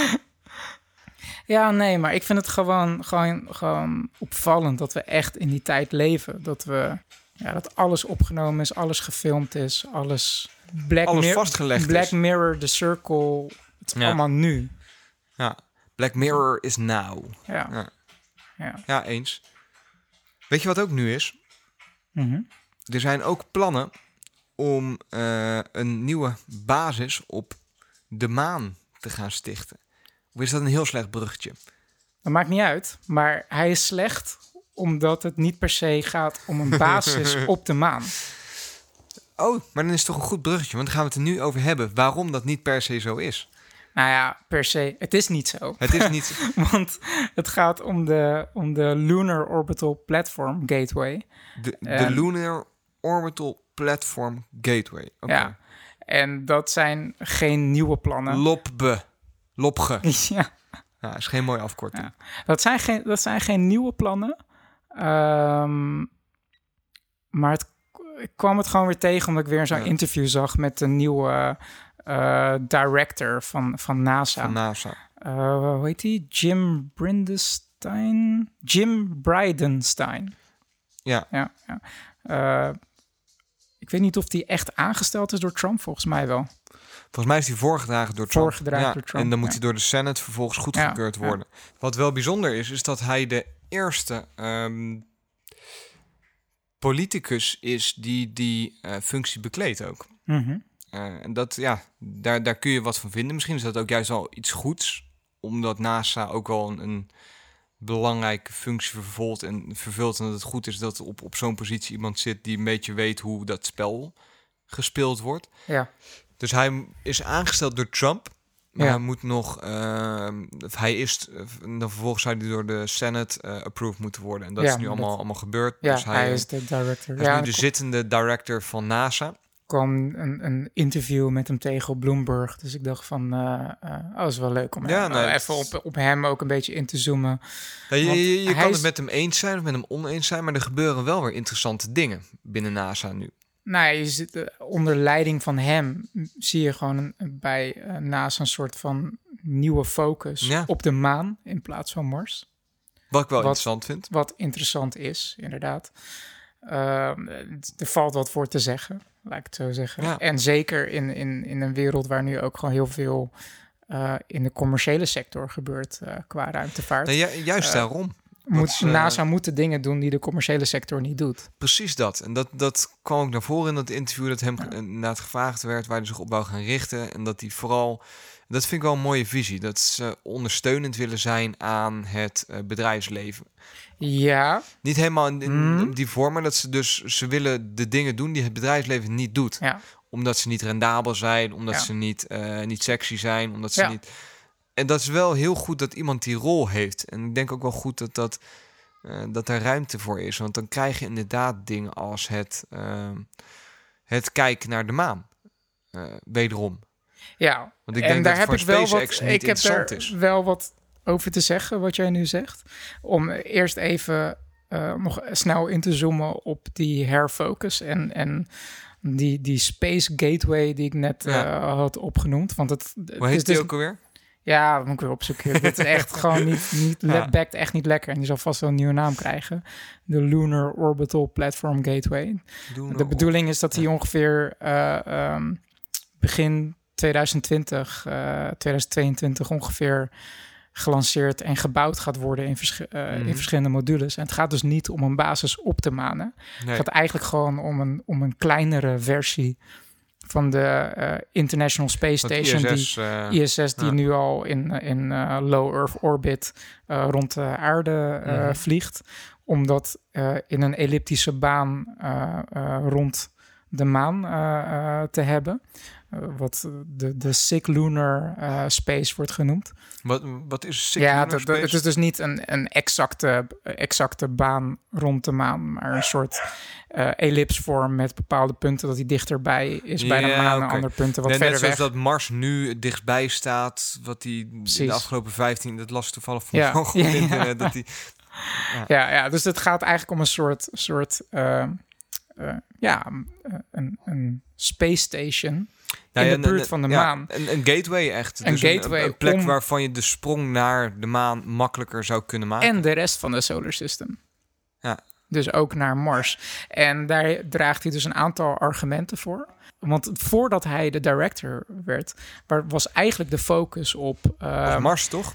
Ja, nee, maar ik vind het gewoon opvallend dat we echt in die tijd leven. Dat alles opgenomen is, alles gefilmd is, alles vastgelegd Black is. Mirror, The Circle, het is allemaal nu. Ja, Black Mirror is now. Ja, eens. Weet je wat ook nu is? Mm-hmm. Er zijn ook plannen om een nieuwe basis op de maan te gaan stichten. Of is dat een heel slecht bruggetje? Dat maakt niet uit, maar hij is slecht omdat het niet per se gaat om een basis op de maan. Oh, maar dan is het toch een goed bruggetje, want dan gaan we het er nu over hebben waarom dat niet per se zo is. Nou ja, per se, het is niet zo. Het is niet zo. Want het gaat om de Lunar Orbital Platform Gateway. De Lunar Orbital Platform Gateway. Okay. Ja, en dat zijn geen nieuwe plannen. Lopge. Ja. Ja, is geen mooie afkorting. Ja. Dat zijn geen nieuwe plannen. Maar ik kwam het gewoon weer tegen omdat ik weer zo'n interview zag met de nieuwe director van NASA. Van NASA. Hoe heet die? Jim Bridenstine. Ja. Ik weet niet of die echt aangesteld is door Trump, volgens mij wel. Volgens mij is hij voorgedragen door Trump. Door Trump. En dan moet hij door de Senate vervolgens goedgekeurd worden. Wat wel bijzonder is dat hij de eerste politicus is die functie bekleedt ook. Mm-hmm. En dat, daar kun je wat van vinden. Misschien is dat ook juist al iets goeds, omdat NASA ook wel een belangrijke functie vervult en dat het goed is dat op zo'n positie iemand zit die een beetje weet hoe dat spel gespeeld wordt. Ja. Dus hij is aangesteld door Trump. Maar hij moet nog... dan vervolgens zou hij door de Senate approved moeten worden. En dat is nu allemaal gebeurd. Ja, dus hij is de director. Hij is nu de zittende director van NASA. Er kwam een interview met hem tegen op Bloomberg. Dus ik dacht van... dat is wel leuk om even op hem ook een beetje in te zoomen. Ja, je kan het met hem eens zijn of met hem oneens zijn... maar er gebeuren wel weer interessante dingen binnen NASA nu. Nou, je zit, onder leiding van hem zie je gewoon bij NASA een soort van nieuwe focus op de maan in plaats van Mars. Wat ik wel interessant vind. Wat interessant is, inderdaad. Er valt wat voor te zeggen, laat ik het zo zeggen. Ja. En zeker in een wereld waar nu ook gewoon heel veel in de commerciële sector gebeurt qua ruimtevaart. Nou, juist daarom. NASA moet de dingen doen die de commerciële sector niet doet. Precies dat. En dat kwam ook naar voren in dat interview... dat hem inderdaad gevraagd werd waar hij zich op wou gaan richten. En dat hij vooral... Dat vind ik wel een mooie visie. Dat ze ondersteunend willen zijn aan het bedrijfsleven. Ja. Niet helemaal in die vorm, maar dat ze willen de dingen doen die het bedrijfsleven niet doet. Ja. Omdat ze niet rendabel zijn, omdat ze niet sexy zijn, omdat ze niet... En dat is wel heel goed dat iemand die rol heeft. En ik denk ook wel goed dat er ruimte voor is. Want dan krijg je inderdaad dingen als het kijken naar de maan. Wederom. Ja, want ik denk dat het voor SpaceX niet interessant is. Wel wat over te zeggen, wat jij nu zegt. Om eerst even nog snel in te zoomen op die hairfocus en die Space Gateway die ik net had opgenoemd. Want hoe heet die ook alweer? Ja, dat moet ik weer opzoeken. Dit is echt gewoon backt echt niet lekker. En die zal vast wel een nieuwe naam krijgen. De Lunar Orbital Platform Gateway. De bedoeling is dat die ongeveer begin 2020, 2022 ongeveer gelanceerd en gebouwd gaat worden in verschillende modules. En het gaat dus niet om een basis op te manen. Nee. Het gaat eigenlijk gewoon om een kleinere versie van de International Space Station, ISS, die nu al in low Earth orbit rond de aarde vliegt, om dat in een elliptische baan rond de maan te hebben. Wat de Sick Lunar Space wordt genoemd. Wat is Sick Lunar Space? Het is dus niet een exacte baan rond de maan, maar een soort ellipsvorm met bepaalde punten dat die dichterbij is bij de maan en andere punten wat verder weg. Net zoals dat Mars nu dichtbij staat, wat die de afgelopen 15, dat las toevallig van internet, dat die... Ja, dus het gaat eigenlijk om een soort een space station in de buurt van de maan. Een gateway echt. Een plek waarvan je de sprong naar de maan makkelijker zou kunnen maken. En de rest van de solar system. Ja. Dus ook naar Mars. En daar draagt hij dus een aantal argumenten voor. Want voordat hij de director werd, was eigenlijk de focus op... Mars, toch?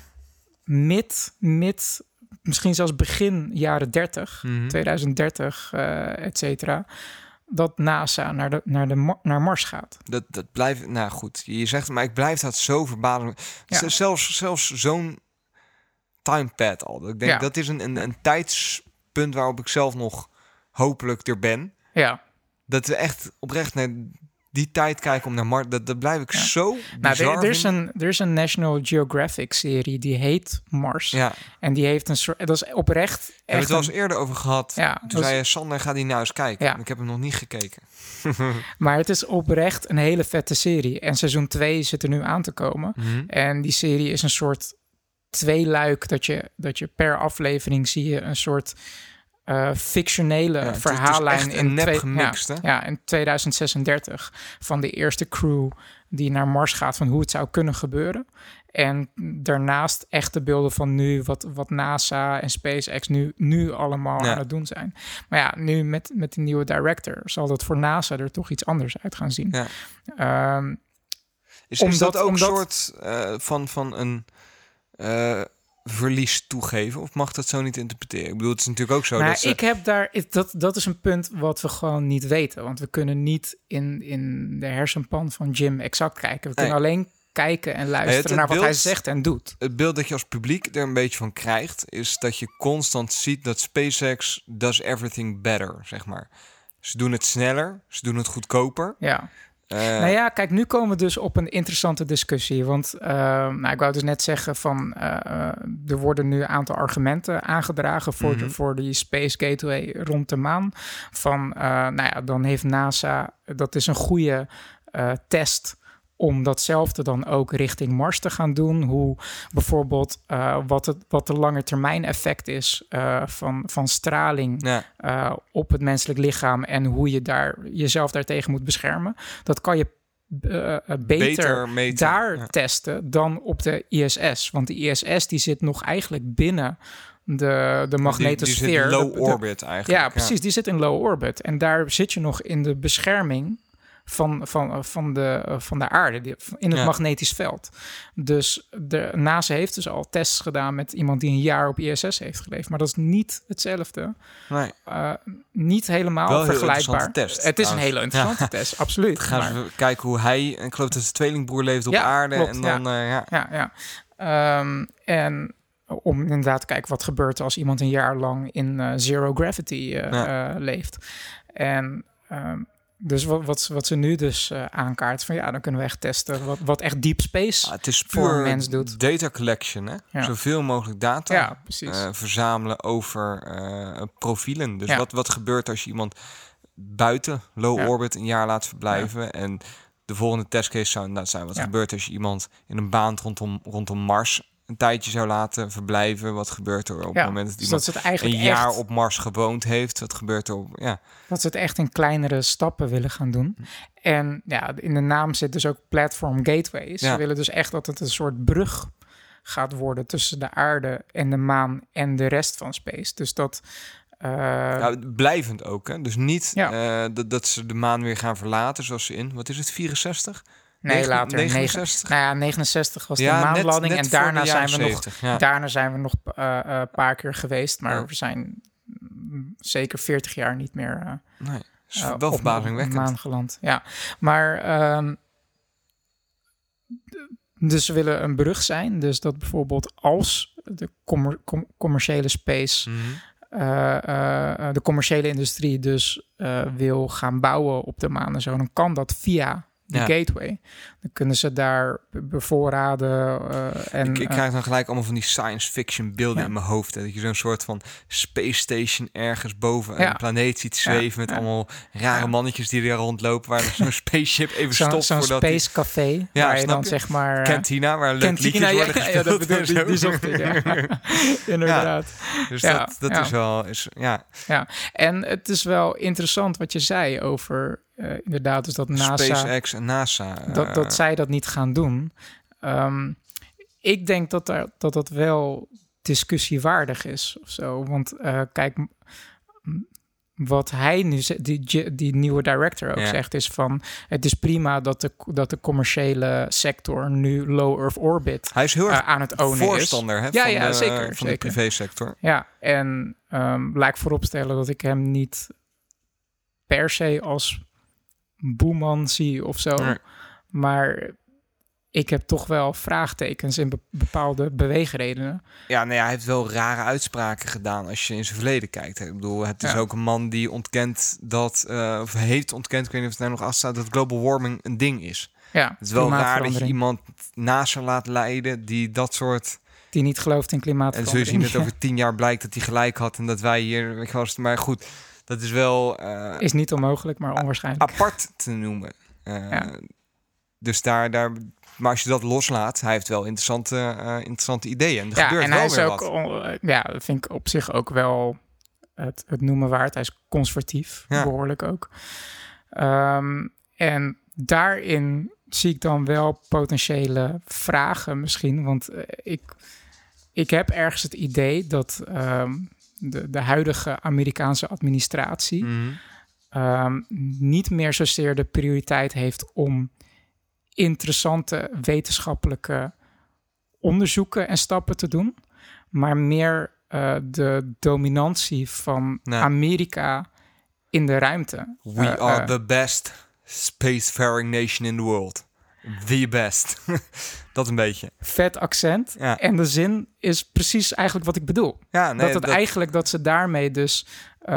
Misschien zelfs begin jaren 30, 2030, et cetera, dat NASA naar Mars gaat. Dat blijft, nou goed, je zegt, maar ik blijf dat zo verbazen. Ja. Zelfs zo'n timepad al. Ik denk dat is een tijdspunt waarop ik zelf nog hopelijk er ben. Ja. Dat we echt oprecht naar die tijd kijken om naar Mars. Dat blijf ik zo bizar er is een National Geographic serie die heet Mars. Ja. En die heeft een soort... Dat is oprecht... We hebben het wel eens eerder over gehad. Ja, toen zei je, Sander, ga die nou eens kijken. Ja. Ik heb hem nog niet gekeken. Maar het is oprecht een hele vette serie. En seizoen 2 zit er nu aan te komen. En die serie is een soort tweeluik dat je per aflevering zie je een soort... fictionele verhaallijn in 2036 van de eerste crew die naar Mars gaat, van hoe het zou kunnen gebeuren. En daarnaast echte beelden van nu, wat NASA en SpaceX nu allemaal aan het doen zijn. Maar ja, nu met de nieuwe director zal dat voor NASA er toch iets anders uit gaan zien. Ja. Is dat ook een soort van een... verlies toegeven? Of mag dat zo niet interpreteren? Ik bedoel, het is natuurlijk ook zo dat ik heb daar... Dat is een punt wat we gewoon niet weten. Want we kunnen niet in de hersenpan van Jim exact kijken. We kunnen alleen kijken en luisteren naar wat hij zegt en doet. Het beeld dat je als publiek er een beetje van krijgt... is dat je constant ziet dat SpaceX does everything better, zeg maar. Ze doen het sneller, ze doen het goedkoper. Ja. Kijk, nu komen we dus op een interessante discussie. Want ik wou dus net zeggen van... er worden nu een aantal argumenten aangedragen voor die Space Gateway rond de maan. Van, dan heeft NASA... Dat is een goede test om datzelfde dan ook richting Mars te gaan doen. Hoe bijvoorbeeld wat de lange termijn effect is van straling op het menselijk lichaam en hoe je jezelf daartegen moet beschermen. Dat kan je beter daar testen dan op de ISS. Want de ISS die zit nog eigenlijk binnen de magnetosfeer. Die zit in low orbit eigenlijk. Ja, precies. Die zit in low orbit. En daar zit je nog in de bescherming van de aarde, in het magnetisch veld. Dus de NASA heeft dus al tests gedaan met iemand die een jaar op ISS heeft geleefd. Maar dat is niet hetzelfde. Nee. Niet helemaal wel vergelijkbaar. Test, het is een hele interessante test, absoluut. Gaan we kijken hoe hij, en ik geloof dat zijn tweelingbroer leeft op aarde. Klopt, en dan, en om inderdaad te kijken wat gebeurt als iemand een jaar lang in zero gravity leeft. En dus wat ze nu dus aankaart van dan kunnen we echt testen wat echt deep space het is voor een mens doet. Data collection, hè? Ja. Zoveel mogelijk data verzamelen over profielen. Dus wat gebeurt als je iemand buiten low orbit een jaar laat verblijven en de volgende testcase zou inderdaad zijn wat gebeurt als je iemand in een baan rondom Mars een tijdje zou laten verblijven. Wat gebeurt er op het moment dat iemand het eigenlijk een jaar op Mars gewoond heeft? Wat gebeurt er op... Ja. Dat ze het echt in kleinere stappen willen gaan doen. En in de naam zit dus ook Platform Gateway. Ze willen dus echt dat het een soort brug gaat worden tussen de aarde en de maan en de rest van space. Dus dat... blijvend ook, hè? Dus niet dat ze de maan weer gaan verlaten, zoals ze in... Wat is het, 64? Nee, later. 69? 69 was de maanlanding. Net en daarna zijn we nog een paar keer geweest. Maar we zijn zeker 40 jaar niet meer is wel verbazingwekkend. Maan geland. Ja, maar... dus ze willen een brug zijn. Dus dat bijvoorbeeld als de commerciële space... de commerciële industrie dus wil gaan bouwen op de maan en zo... dan kan dat via de gateway. Dan kunnen ze daar bevoorraden. Ik krijg dan gelijk allemaal van die science fiction beelden in mijn hoofd. Hè? Dat je zo'n soort van space station ergens boven een planeet ziet zweven... met allemaal rare mannetjes die er rondlopen... waar zo'n spaceship even stopt. Zo'n space café, waar je dan je? zeg maar... Cantina, waar liedjes worden gespeeld. Ja, dat bedoel ik, die zocht ik, inderdaad. Dus dat is wel... Ja, en het is wel interessant wat je zei over... inderdaad, dus dat NASA... SpaceX en NASA... Dat zij dat niet gaan doen. Ik denk dat wel discussiewaardig is of zo. Want kijk, wat hij nu zegt, die nieuwe director ook zegt, is van... het is prima dat de commerciële sector nu low Earth orbit hij is heel erg aan het ownen voorstander, is. Hè, zeker. De privésector. Ja, en laat ik vooropstellen dat ik hem niet per se als boeman zie of zo. Nee. Maar ik heb toch wel vraagtekens in bepaalde beweegredenen. Ja, hij heeft wel rare uitspraken gedaan als je in zijn verleden kijkt. Ik bedoel, het is ook een man die ontkent dat... of heeft ontkend, ik weet niet of het nou nog afstaat... dat global warming een ding is. Ja, het is wel raar dat je iemand naast je laat leiden die dat soort... Die niet gelooft in klimaatverandering. En zul je zien dat over 10 jaar blijkt dat hij gelijk had... en dat wij hier... Maar goed, dat is wel... is niet onmogelijk, maar onwaarschijnlijk. Apart te noemen. Dus daar... Maar als je dat loslaat, hij heeft wel interessante ideeën. En er gebeurt en wel hij is weer ook, wat. Dat vind ik op zich ook wel het noemen waard. Hij is conservatief, behoorlijk ook. En daarin zie ik dan wel potentiële vragen misschien. Want ik heb ergens het idee dat de huidige Amerikaanse administratie... niet meer zozeer de prioriteit heeft om interessante wetenschappelijke onderzoeken en stappen te doen, maar meer de dominantie van Amerika in de ruimte. We are the best spacefaring nation in the world. The best. Dat een beetje. Vet accent. Ja. En de zin is precies eigenlijk wat ik bedoel. Ja, eigenlijk dat ze daarmee dus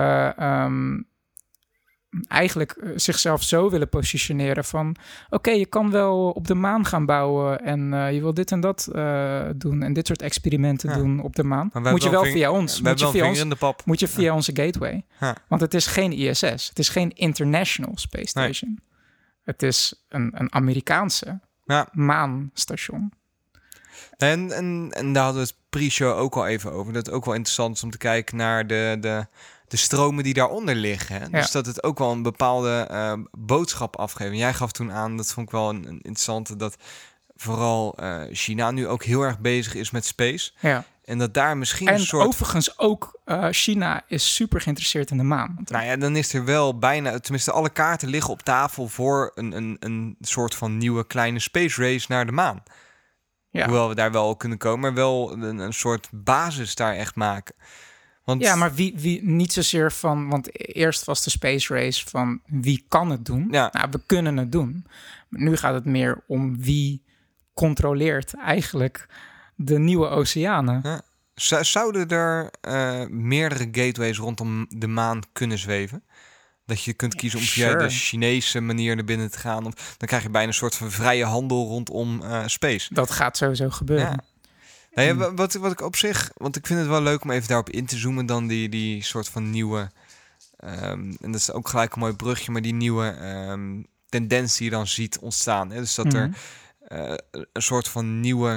eigenlijk zichzelf zo willen positioneren van... Oké, je kan wel op de maan gaan bouwen en je wil dit en dat doen en dit soort experimenten doen op de maan. Moet je wel via ons. Moet je via onze gateway. Ja. Want het is geen ISS. Het is geen International Space Station. Nee. Het is een Amerikaanse maanstation. En daar hadden we het pre-show ook al even over. Dat het ook wel interessant is om te kijken naar de stromen die daaronder liggen. Hè? Dus dat het ook wel een bepaalde boodschap afgeeft. Jij gaf toen aan, dat vond ik wel een interessante... dat vooral China nu ook heel erg bezig is met space. Ja. En dat daar misschien een soort... overigens ook China is super geïnteresseerd in de maan. Nou ja, dan is er wel bijna... Tenminste, alle kaarten liggen op tafel voor een soort van nieuwe kleine space race naar de maan. Ja. Hoewel we daar wel kunnen komen, maar wel een soort basis daar echt maken. Want... Ja, maar wie niet zozeer van... Want eerst was de space race van wie kan het doen? Ja. Nou, we kunnen het doen. Maar nu gaat het meer om wie controleert eigenlijk de nieuwe oceanen. Ja. Zouden er meerdere gateways rondom de maan kunnen zweven? Dat je kunt kiezen om via de Chinese manier naar binnen te gaan. Dan krijg je bijna een soort van vrije handel rondom space. Dat gaat sowieso gebeuren. Ja. Nou ja, wat ik op zich... Want ik vind het wel leuk om even daarop in te zoomen... dan die soort van nieuwe... en dat is ook gelijk een mooi brugje... maar die nieuwe tendens die je dan ziet ontstaan. Hè? Dus dat er een soort van nieuwe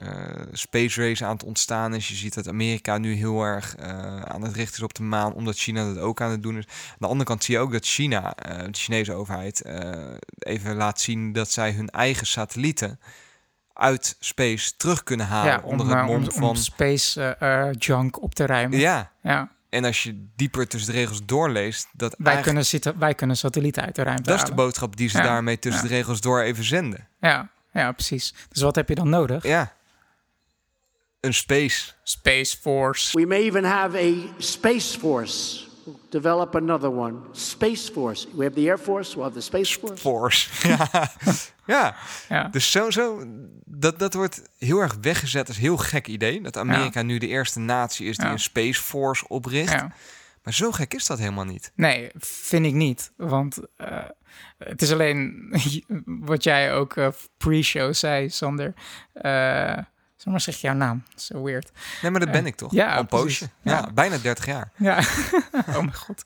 space race aan het ontstaan is. Je ziet dat Amerika nu heel erg aan het richten is op de maan, omdat China dat ook aan het doen is. Aan de andere kant zie je ook dat China, de Chinese overheid, even laat zien dat zij hun eigen satellieten uit space terug kunnen halen. Onder het mom van... om space junk op te ruimen. Ja. En als je dieper tussen de regels doorleest... dat wij kunnen satellieten uit de ruimte halen. Dat is de boodschap die ze daarmee tussen de regels door even zenden. Ja, precies. Dus wat heb je dan nodig? Ja. Een Space Force. We may even have a Space Force. We'll develop another one. Space Force. We have the Air Force, we'll have the Space Force. Ja. Dus dat wordt heel erg weggezet als heel gek idee. Dat Amerika nu de eerste natie is die een Space Force opricht. Ja. Maar zo gek is dat helemaal niet. Nee, vind ik niet. Want het is alleen wat jij ook pre-show zei, Sander. Maar zeg jouw naam. Zo weird. Nee, maar dat ben ik toch? Ja, een poosje. Ja, bijna 30 jaar. Ja. Oh mijn god.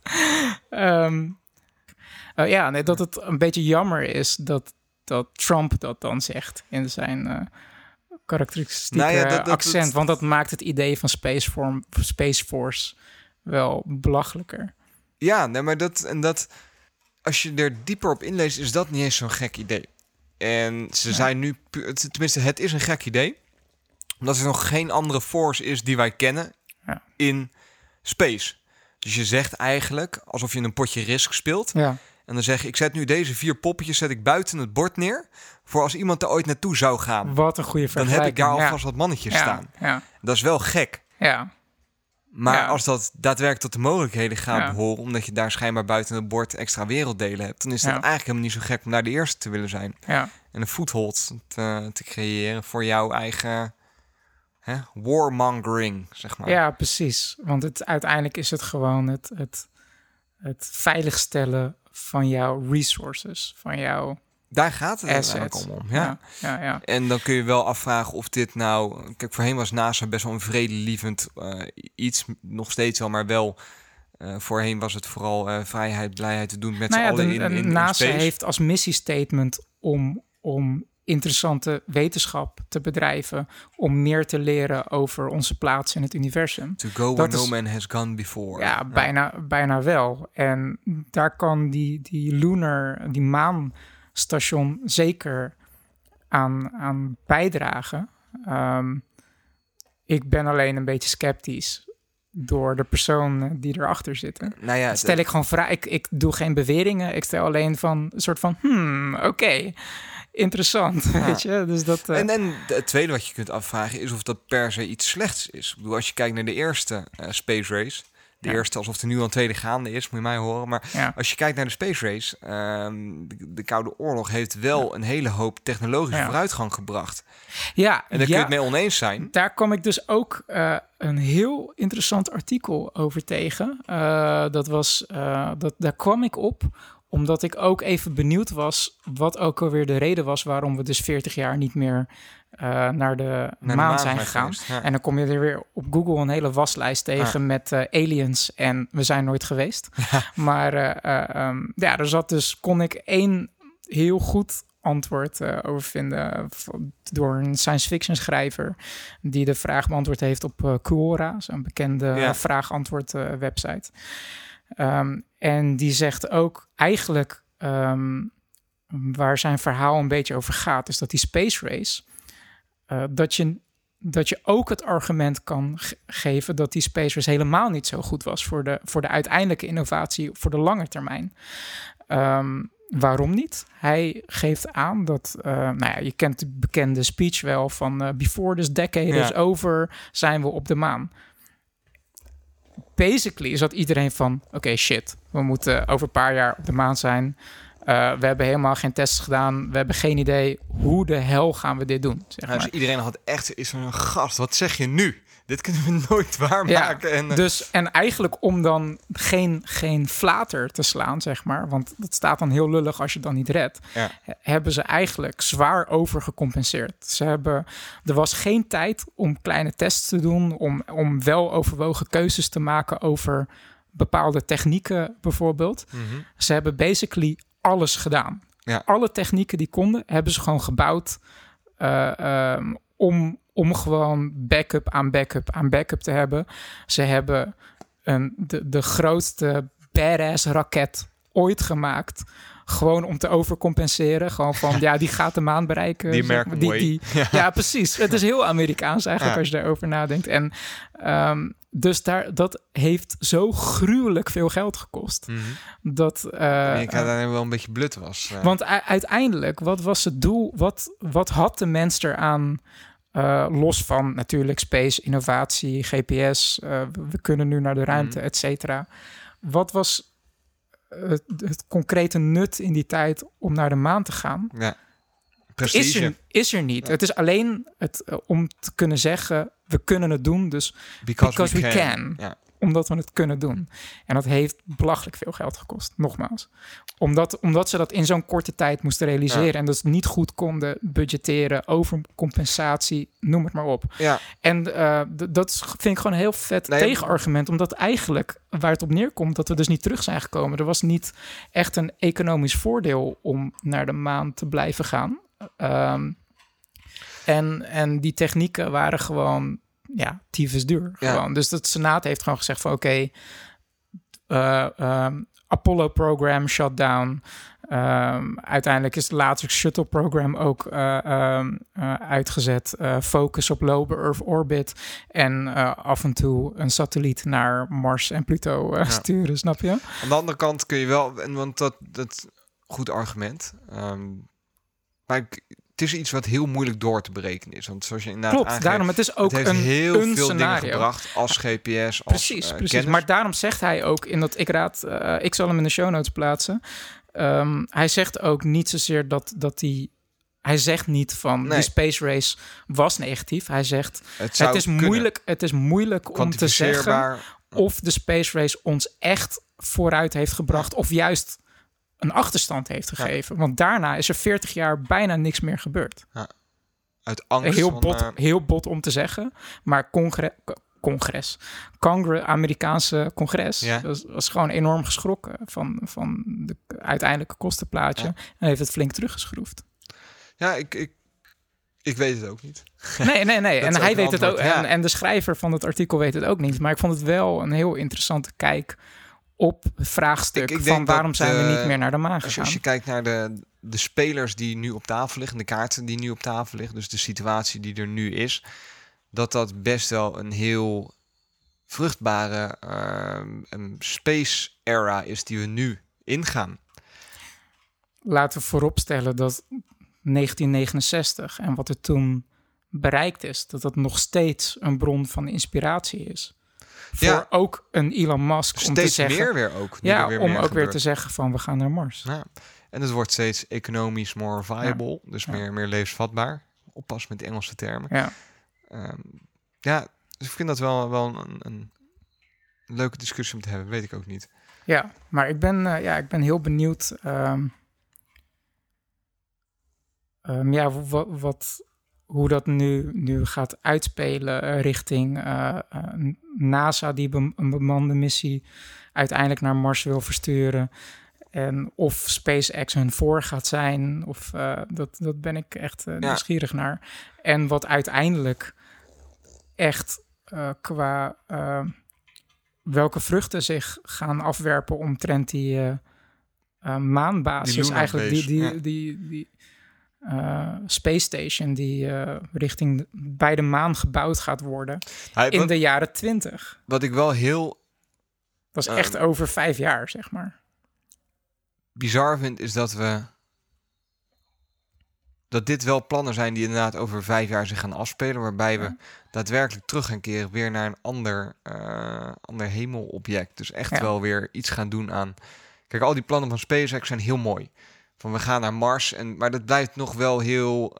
Dat het een beetje jammer is dat Trump dat dan zegt in zijn karakteristieke accent. Want dat maakt het idee van Space Force wel belachelijker. Ja, nee, maar dat als je er dieper op inleest, is dat niet eens zo'n gek idee. En ze zijn nu... Tenminste, het is een gek idee. Omdat er nog geen andere force is die wij kennen in space. Dus je zegt eigenlijk alsof je een potje Risk speelt. Ja. En dan zeg je, ik zet nu deze 4 poppetjes zet ik buiten het bord neer. Voor als iemand er ooit naartoe zou gaan. Wat een goede vergelijking. Dan heb ik daar alvast wat mannetjes staan. Ja. Dat is wel gek. Ja. Maar als dat daadwerkelijk tot de mogelijkheden gaat behoren... omdat je daar schijnbaar buiten het bord extra werelddelen hebt... dan is dat eigenlijk helemaal niet zo gek om daar de eerste te willen zijn. Ja. En een foothold te creëren voor jouw eigen warmongering, zeg maar. Ja, precies. Want uiteindelijk is het gewoon het veiligstellen van jouw resources, van jouw... Daar gaat het eigenlijk om. Ja. En dan kun je wel afvragen of dit nou... Kijk, voorheen was NASA best wel een vredelievend iets. Nog steeds wel, maar wel... voorheen was het vooral vrijheid, blijheid te doen met z'n allen in NASA space. heeft als missiestatement om interessante wetenschap te bedrijven... om meer te leren over onze plaats in het universum. To go where no man has gone before. Ja, bijna wel. En daar kan die maanstation zeker aan bijdragen. Ik ben alleen een beetje sceptisch door de persoon die erachter zitten. Nou ja, stel ik gewoon vragen. Ik doe geen beweringen. Ik stel alleen van een soort van oké. Interessant, weet je. Dus dat, En het tweede wat je kunt afvragen is of dat per se iets slechts is. Ik bedoel, als je kijkt naar de eerste space race... De eerste, alsof er nu al een tweede gaande is, moet je mij horen. Maar als je kijkt naar de space race... de Koude Oorlog heeft wel een hele hoop technologische vooruitgang gebracht. Ja, en daar kun je het mee oneens zijn. Daar kwam ik dus ook een heel interessant artikel over tegen. Daar kwam ik op... omdat ik ook even benieuwd was... wat ook alweer de reden was... waarom we dus 40 jaar niet meer naar de maan zijn gegaan. Ja. En dan kom je er weer op Google een hele waslijst tegen... met aliens en we zijn nooit geweest. Ja. Maar er zat dus... kon ik 1 heel goed antwoord over vinden... door een science fiction schrijver... die de vraag beantwoord heeft op Quora... zo'n bekende vraag-antwoord website... en die zegt ook eigenlijk waar zijn verhaal een beetje over gaat... is dat die space race... dat je ook het argument kan geven... dat die space race helemaal niet zo goed was... voor de uiteindelijke innovatie voor de lange termijn. Waarom niet? Hij geeft aan dat... je kent de bekende speech wel van... before this decade is over, zijn we op de maan... Basically is dat iedereen van... Oké, shit, we moeten over een paar jaar op de maan zijn. We hebben helemaal geen tests gedaan. We hebben geen idee hoe de hel gaan we dit doen. Zeg maar. Dus iedereen had echt is een gast. Wat zeg je nu? Dit kunnen we nooit waarmaken. Ja, en eigenlijk om dan geen flater te slaan, zeg maar... want dat staat dan heel lullig als je het dan niet redt... hebben ze eigenlijk zwaar overgecompenseerd. Er was geen tijd om kleine tests te doen... om wel overwogen keuzes te maken over bepaalde technieken bijvoorbeeld. Mm-hmm. Ze hebben basically alles gedaan. Ja. Alle technieken die konden, hebben ze gewoon gebouwd... om gewoon backup aan backup aan backup te hebben. Ze hebben de grootste badass raket ooit gemaakt. Gewoon om te overcompenseren. Gewoon van, die gaat de maan bereiken. Die American way. Ja, precies. Het is heel Amerikaans eigenlijk als je daarover nadenkt. En dus dat heeft zo gruwelijk veel geld gekost. Mm-hmm. Dat ik daar wel een beetje blut was. Want uiteindelijk, wat was het doel? Wat had de mens eraan? Los van natuurlijk space, innovatie, GPS. We kunnen nu naar de ruimte, et cetera. Wat was het concrete nut in die tijd om naar de maan te gaan? Ja. Is er niet. Ja. Het is alleen om te kunnen zeggen, we kunnen het doen, dus because we can. Ja. Omdat we het kunnen doen. En dat heeft belachelijk veel geld gekost, nogmaals. Omdat ze dat in zo'n korte tijd moesten realiseren. Ja. En dat ze niet goed konden budgetteren, overcompensatie, noem het maar op. Ja. En dat vind ik gewoon een heel vet tegenargument. Omdat eigenlijk, waar het op neerkomt, dat we dus niet terug zijn gekomen. Er was niet echt een economisch voordeel om naar de maan te blijven gaan. En die technieken waren gewoon tyfus duur. Gewoon. Dus de Senaat heeft gewoon gezegd van oké, Apollo program shut down. Uiteindelijk is het later shuttle program ook uitgezet. Focus op low Earth orbit. En af en toe een satelliet naar Mars en Pluto sturen, snap je? Aan de andere kant kun je wel, want dat goed argument. Maar het is iets wat heel moeilijk door te berekenen is. Want zoals je inderdaad aangeeft, daarom, het is ook het heeft heel veel scenario dingen gebracht als GPS, als precies. Maar daarom zegt hij ook in dat ik zal hem in de show notes plaatsen. Hij zegt ook niet zozeer dat hij... Hij zegt niet van de space race was negatief. Hij zegt het is moeilijk om te zeggen of de space race ons echt vooruit heeft gebracht of juist een achterstand heeft gegeven. Ja. Want daarna is er 40 jaar bijna niks meer gebeurd. Ja. Uit angst. Heel bot om te zeggen. Maar Amerikaanse congres was gewoon enorm geschrokken van de uiteindelijke kostenplaatje. Ja. En heeft het flink teruggeschroefd. Ja, ik weet het ook niet. Nee. En hij weet het ook. Ja. En de schrijver van het artikel weet het ook niet. Maar ik vond het wel een heel interessante kijk op het vraagstuk van waarom zijn we niet meer naar de maan gegaan. Als je kijkt naar de spelers die nu op tafel liggen, de kaarten die nu op tafel liggen, dus de situatie die er nu is, dat best wel een heel vruchtbare space era is die we nu ingaan. Laten we vooropstellen dat 1969 en wat er toen bereikt is, dat nog steeds een bron van inspiratie is. Voor ook een Elon Musk steeds om te zeggen, meer weer ook. Weer te zeggen van we gaan naar Mars. Ja. En het wordt steeds economisch more viable, dus meer levensvatbaar. Oppas met de Engelse termen. Ja. Dus ik vind dat wel een leuke discussie om te hebben, weet ik ook niet. Ja, maar ik ben heel benieuwd. Hoe dat nu gaat uitspelen richting NASA, die een bemande missie uiteindelijk naar Mars wil versturen. En of SpaceX hun voor gaat zijn. Of dat ben ik echt nieuwsgierig naar. En wat uiteindelijk echt qua welke vruchten zich gaan afwerpen omtrent die maanbasis. Eigenlijk die Space Station die richting bij de maan gebouwd gaat worden in de jaren 20. Wat ik wel heel... Dat is echt over 5 jaar, zeg maar. Bizar vind is dat dit wel plannen zijn die inderdaad over 5 jaar zich gaan afspelen, waarbij we daadwerkelijk terug gaan keren weer naar een ander hemelobject. Dus echt wel weer iets gaan doen aan... Kijk, al die plannen van SpaceX zijn heel mooi. Van we gaan naar Mars, maar dat blijft nog wel heel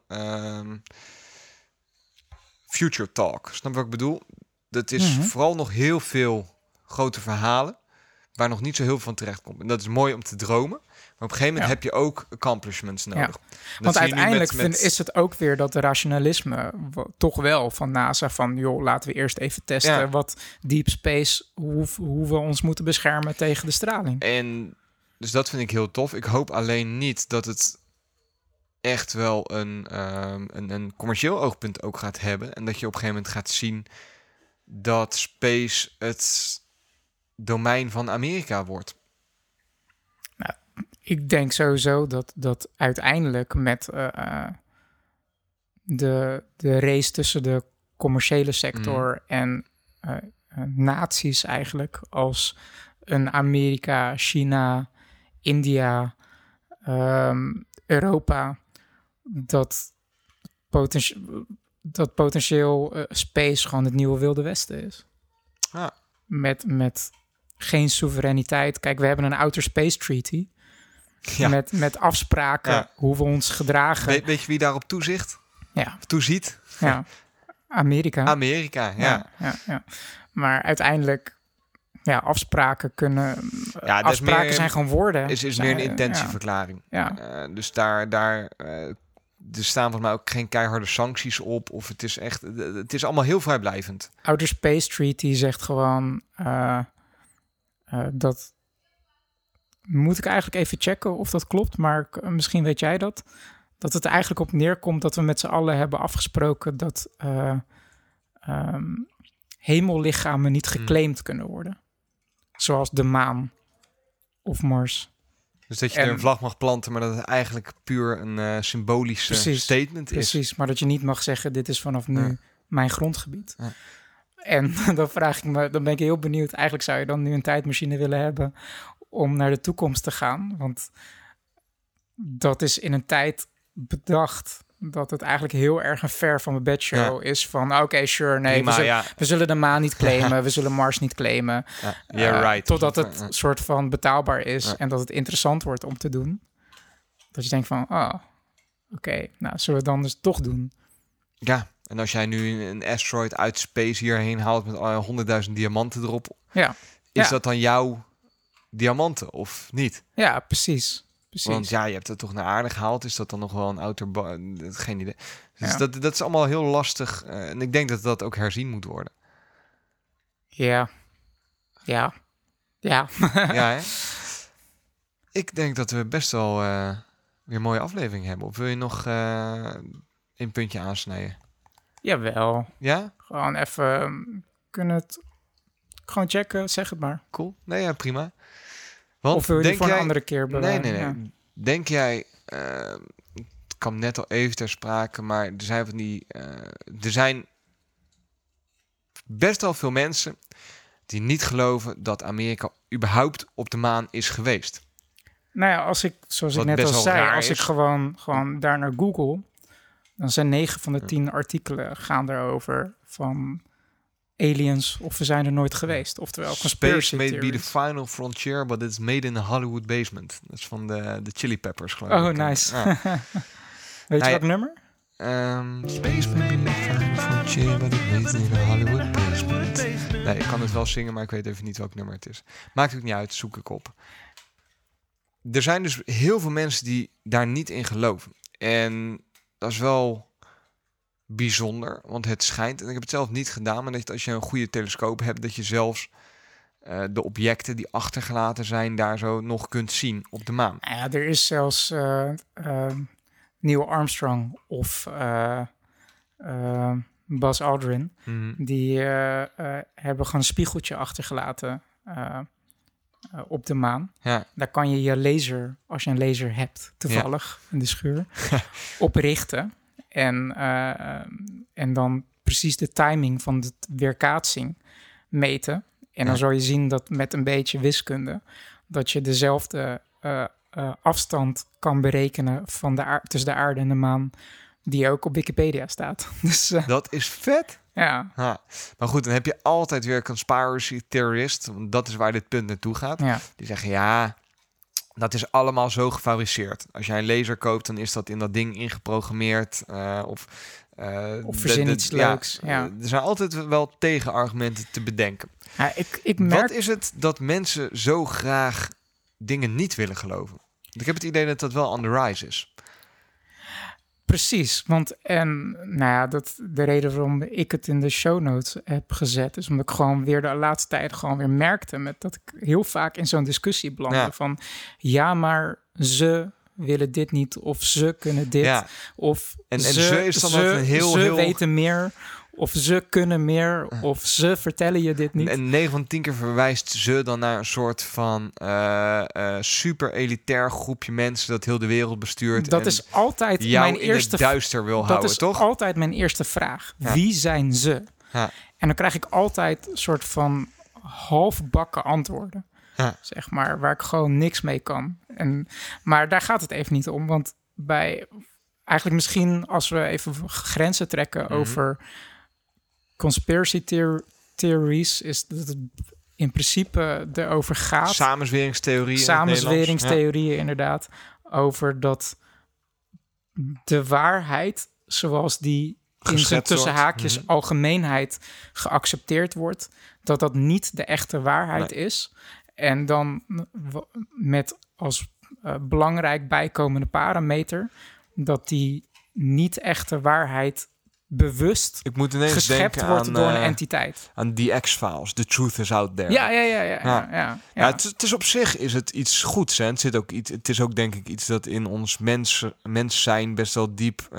future talk. Snap je wat ik bedoel? Dat is vooral nog heel veel grote verhalen waar nog niet zo heel veel van terecht komt. En dat is mooi om te dromen. Maar op een gegeven moment heb je ook accomplishments nodig. Ja. Want uiteindelijk is het ook weer dat de rationalisme toch wel van NASA van... joh, laten we eerst even testen wat deep space... hoe we ons moeten beschermen tegen de straling. En dus dat vind ik heel tof. Ik hoop alleen niet dat het echt wel een commercieel oogpunt ook gaat hebben. En dat je op een gegeven moment gaat zien dat space het domein van Amerika wordt. Nou, ik denk sowieso dat uiteindelijk met de race tussen de commerciële sector en naties eigenlijk als een Amerika, China, India, Europa, dat potentieel space gewoon het nieuwe Wilde Westen is. Ah. Met geen soevereiniteit. Kijk, we hebben een Outer Space Treaty. Ja. Met afspraken hoe we ons gedragen. Weet je wie daarop toezicht? Ja. Of toeziet? Ja. Amerika. Amerika, ja. Maar uiteindelijk, afspraken kunnen... afspraken zijn gewoon woorden. Is meer een intentieverklaring. Ja. Dus daar er staan volgens mij ook geen keiharde sancties op. Of het is allemaal heel vrijblijvend. Outer Space Treaty zegt gewoon dat... Moet ik eigenlijk even checken of dat klopt, maar misschien weet jij dat. Dat het eigenlijk op neerkomt dat we met z'n allen hebben afgesproken dat hemellichamen niet geclaimd kunnen worden. Zoals de maan of Mars. Dus dat je er een vlag mag planten, maar dat het eigenlijk puur een symbolische statement is. Precies, maar dat je niet mag zeggen, dit is vanaf nu mijn grondgebied. Ja. En dan ben ik heel benieuwd. Eigenlijk zou je dan nu een tijdmachine willen hebben om naar de toekomst te gaan. Want dat is in een tijd bedacht dat het eigenlijk heel erg een ver van mijn bedshow is van oké, sure, nee, we zullen de maan niet claimen, we zullen Mars niet claimen. Right. Totdat het soort van betaalbaar is en dat het interessant wordt om te doen. Dat je denkt van, oké, nou, zullen we dan dus toch doen? Ja, en als jij nu een asteroid uit space hierheen haalt met 100.000 diamanten erop, is dat dan jouw diamanten of niet? Ja, precies. Want je hebt het toch naar aarde gehaald. Is dat dan nog wel een outer... Geen idee. Dus dat is allemaal heel lastig. En ik denk dat dat ook herzien moet worden. Ja. Ja, hè? Ik denk dat we best wel weer een mooie aflevering hebben. Of wil je nog een puntje aansnijden? Jawel. Ja? Gewoon even... Kunnen het gewoon checken? Zeg het maar. Cool. Nee, ja, prima. Want of wil je die voor een andere keer bewaren? Nee. Ja. Denk jij... het kwam net al even ter sprake, maar er zijn best wel veel mensen die niet geloven dat Amerika überhaupt op de maan is geweest. Nou ja, zoals ik net al zei, als ik gewoon daar naar Google, dan zijn 9 van de 10 artikelen gaan daarover van aliens of we zijn er nooit geweest. Oftewel, Space may be the final frontier, but it's made in a Hollywood basement. Dat is van de Chili Peppers, geloof ik. Oh, nice. Weet je welk nummer? Space may be the final frontier, but it's made in a Hollywood basement. Nee, ik kan het wel zingen, maar ik weet even niet welk nummer het is. Maakt ook niet uit, zoek ik op. Er zijn dus heel veel mensen die daar niet in geloven. En dat is wel bijzonder, want het schijnt, en ik heb het zelf niet gedaan, maar dat als je een goede telescoop hebt, dat je zelfs de objecten die achtergelaten zijn daar zo nog kunt zien op de maan. Ja, er is zelfs Neil Armstrong of Buzz Aldrin, die hebben gewoon een spiegeltje achtergelaten op de maan. Ja. Daar kan je laser, als je een laser hebt, toevallig in de schuur, op richten. En dan precies de timing van de weerkaatsing meten. En dan zal je zien dat met een beetje wiskunde dat je dezelfde afstand kan berekenen van tussen de aarde en de maan, die ook op Wikipedia staat. Dus, dat is vet. Ja. Maar goed, dan heb je altijd weer conspiracy theorist, want dat is waar dit punt naartoe gaat. Ja. Die zeggen, dat is allemaal zo gefabriceerd. Als jij een laser koopt, dan is dat in dat ding ingeprogrammeerd. Of verzin iets leuks. Er zijn altijd wel tegenargumenten te bedenken. Ja, ik merk... Wat is het dat mensen zo graag dingen niet willen geloven? Ik heb het idee dat dat wel on the rise is. Precies, want de reden waarom ik het in de show notes heb gezet is omdat ik gewoon weer de laatste tijd gewoon weer merkte dat ik heel vaak in zo'n discussie belandde van maar ze willen dit niet, of ze kunnen dit, of en ze is dan een heel weten meer, of ze kunnen meer, of ze vertellen je dit niet. En 9 van 10 keer verwijst ze dan naar een soort van super elitair groepje mensen dat heel de wereld bestuurt. Dat is altijd mijn eerste in het duister wil houden, toch? Dat is altijd mijn eerste vraag. Ja. Wie zijn ze? Ja. En dan krijg ik altijd een soort van halfbakken antwoorden. Ja. Zeg maar, waar ik gewoon niks mee kan. Maar daar gaat het even niet om. Want eigenlijk misschien als we even grenzen trekken over conspiracy theories, is dat het in principe erover gaat. Samenzweringstheorieën, inderdaad. Over dat de waarheid, zoals die in zijn tussen haakjes algemeenheid geaccepteerd wordt, dat niet de echte waarheid is. En dan met als belangrijk bijkomende parameter dat die niet echte waarheid bewust geschept wordt door een entiteit. Aan The X-Files, The Truth is Out There. Ja. Het is op zich is het iets goeds. Hè? Het is ook denk ik iets dat in ons mens zijn best wel diep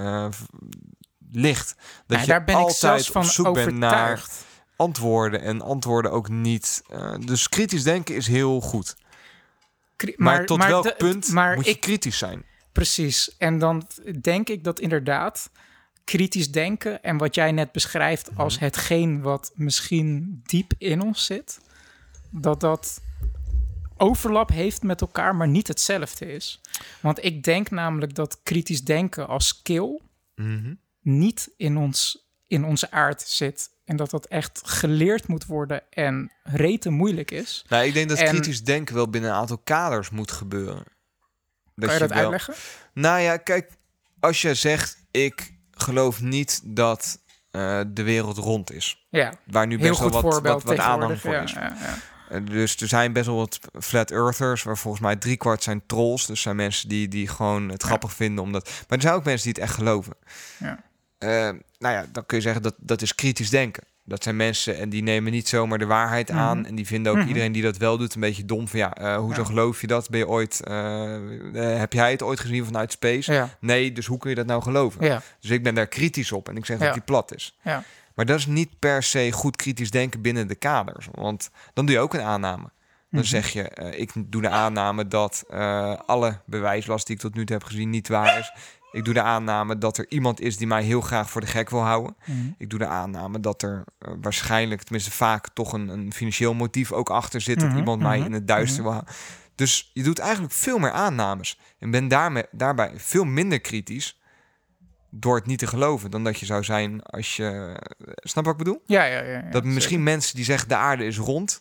ligt. Dat je daar ben altijd ik zelfs van op zoek overtuigd. bent naar antwoorden en antwoorden ook niet. Dus kritisch denken is heel goed. Maar tot welk punt moet je kritisch zijn? Precies. En dan denk ik dat inderdaad kritisch denken en wat jij net beschrijft als hetgeen wat misschien diep in ons zit, dat overlap heeft met elkaar, maar niet hetzelfde is. Want ik denk namelijk dat kritisch denken als skill niet in onze aard zit. En dat echt geleerd moet worden en rete moeilijk is. Nou, ik denk dat kritisch denken wel binnen een aantal kaders moet gebeuren. Kan je dat uitleggen? Nou ja, kijk, als je zegt, ik geloof niet dat de wereld rond is. Ja, waar nu best wel wat aanname voor is. Ja. Dus er zijn best wel wat flat earthers, waar volgens mij 3/4 zijn trolls. Dus zijn mensen die gewoon het grappig vinden. Maar er zijn ook mensen die het echt geloven. Ja. Dan kun je zeggen dat is kritisch denken. Dat zijn mensen en die nemen niet zomaar de waarheid aan. En die vinden ook iedereen die dat wel doet een beetje dom. Van hoezo geloof je dat? Ben je ooit, heb jij het ooit gezien vanuit space? Ja. Nee, dus hoe kun je dat nou geloven? Ja. Dus ik ben daar kritisch op en ik zeg dat die plat is. Ja. Maar dat is niet per se goed kritisch denken binnen de kaders. Want dan doe je ook een aanname. Dan zeg je, ik doe de aanname dat alle bewijslast die ik tot nu toe heb gezien niet waar is. Ik doe de aanname dat er iemand is die mij heel graag voor de gek wil houden. Ik doe de aanname dat er waarschijnlijk, tenminste vaak, toch een financieel motief ook achter zit. Dat iemand mij in het duister wil houden. Dus je doet eigenlijk veel meer aannames. En ben daarbij veel minder kritisch door het niet te geloven dan dat je zou zijn als je... Snap wat ik bedoel? Ja, dat misschien mensen die zeggen de aarde is rond,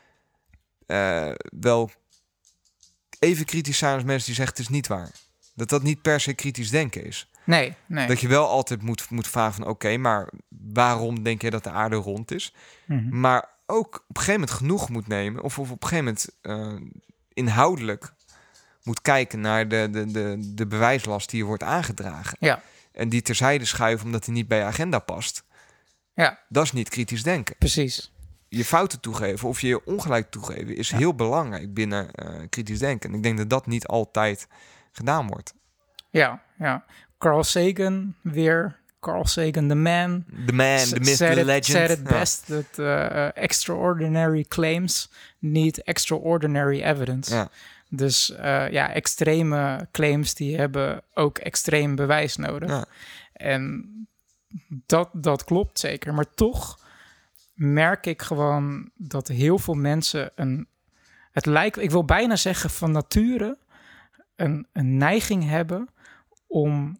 wel even kritisch zijn als mensen die zeggen het is niet waar. Dat niet per se kritisch denken is. Nee. Dat je wel altijd moet vragen van oké, maar waarom denk je dat de aarde rond is? Maar ook op een gegeven moment genoeg moet nemen, of op een gegeven moment inhoudelijk moet kijken naar de bewijslast die je wordt aangedragen. Ja. En die terzijde schuiven omdat die niet bij je agenda past. Ja. Dat is niet kritisch denken. Precies. Je fouten toegeven of je ongelijk toegeven is heel belangrijk binnen kritisch denken. En ik denk dat dat niet altijd gedaan wordt. Ja. Carl Sagan weer. Carl Sagan, the man. The man, the myth, the legend. Said it best, that extraordinary claims need extraordinary evidence. Ja. Dus extreme claims die hebben ook extreem bewijs nodig. Ja. En dat klopt zeker. Maar toch merk ik gewoon dat heel veel mensen het lijkt, ik wil bijna zeggen van nature, een neiging hebben om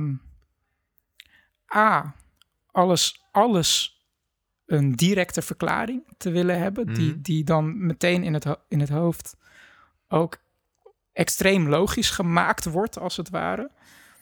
alles een directe verklaring te willen hebben, die dan meteen in het hoofd ook extreem logisch gemaakt wordt, als het ware.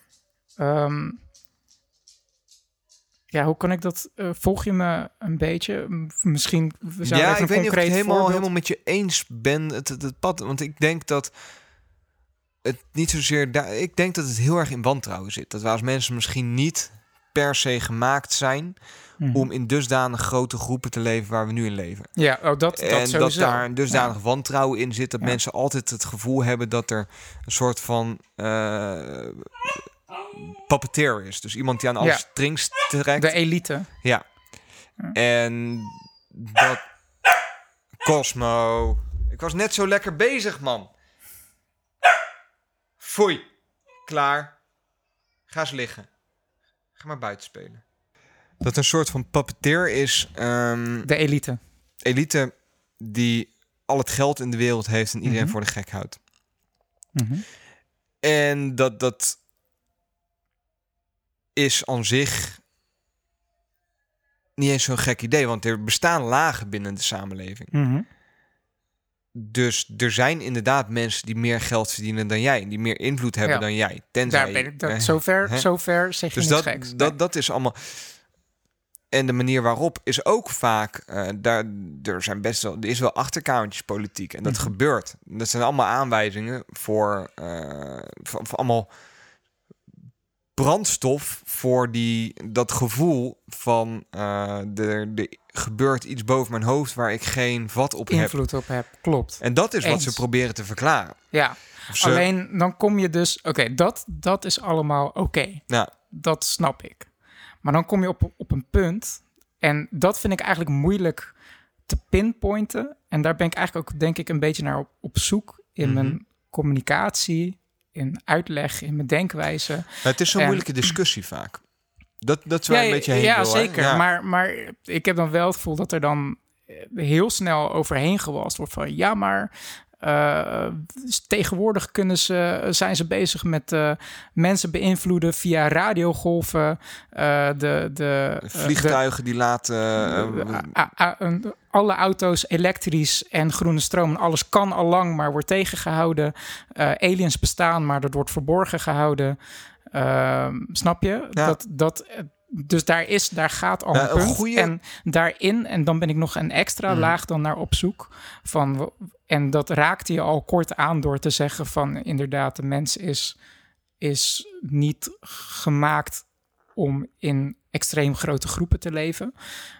Hoe kan ik dat? Volg je me een beetje? Misschien. Ja, ik weet niet of ik helemaal met je eens ben. Het pad, want ik denk dat het niet zozeer. Ik denk dat het heel erg in wantrouwen zit. Dat we als mensen misschien niet per se gemaakt zijn om in dusdanig grote groepen te leven waar we nu in leven. Ja, dat sowieso. Dat daar een dusdanig wantrouwen in zit, dat mensen altijd het gevoel hebben dat er een soort van puppeteer is. Dus iemand die aan alle strings trekt. De elite. Ja. En dat... Cosmo. Ik was net zo lekker bezig, man. Foei. Klaar. Ga eens liggen. Ga maar buiten spelen. Dat een soort van puppeteer is... de elite. Elite die al het geld in de wereld heeft en iedereen voor de gek houdt. En dat is aan zich niet eens zo'n gek idee, want er bestaan lagen binnen de samenleving. Dus er zijn inderdaad mensen die meer geld verdienen dan jij, die meer invloed hebben dan jij. Tenzij, daar ben ik dat zover zeg je dus niks geks. Dat is allemaal. En de manier waarop is ook vaak er is wel achterkamertjespolitiek en dat gebeurt. Dat zijn allemaal aanwijzingen voor allemaal brandstof voor dat gevoel van er gebeurt iets boven mijn hoofd waar ik geen vat op heb. Invloed op heb, klopt. En dat is wat ze proberen te verklaren. Ja, alleen dan kom je dus... Oké, dat is allemaal oké. Ja. Dat snap ik. Maar dan kom je op een punt en dat vind ik eigenlijk moeilijk te pinpointen. En daar ben ik eigenlijk ook, denk ik, een beetje naar op zoek in mijn communicatie, in uitleg, in mijn denkwijze. Het is zo'n moeilijke discussie vaak. Dat is wel een beetje heen. Ja, zeker. Ja. Maar ik heb dan wel het gevoel dat er dan heel snel overheen gewalst wordt van... Ja, maar tegenwoordig zijn ze bezig met mensen beïnvloeden via radiogolven. De vliegtuigen die laten... alle auto's elektrisch en groene stroom. Alles kan al lang, maar wordt tegengehouden. Aliens bestaan, maar dat wordt verborgen gehouden. Snap je? Ja. Dus daar gaat al een punt. Goeie... En daarin, en dan ben ik nog een extra laag dan naar op zoek. En dat raakte je al kort aan door te zeggen van... inderdaad, de mens is niet gemaakt om in extreem grote groepen te leven.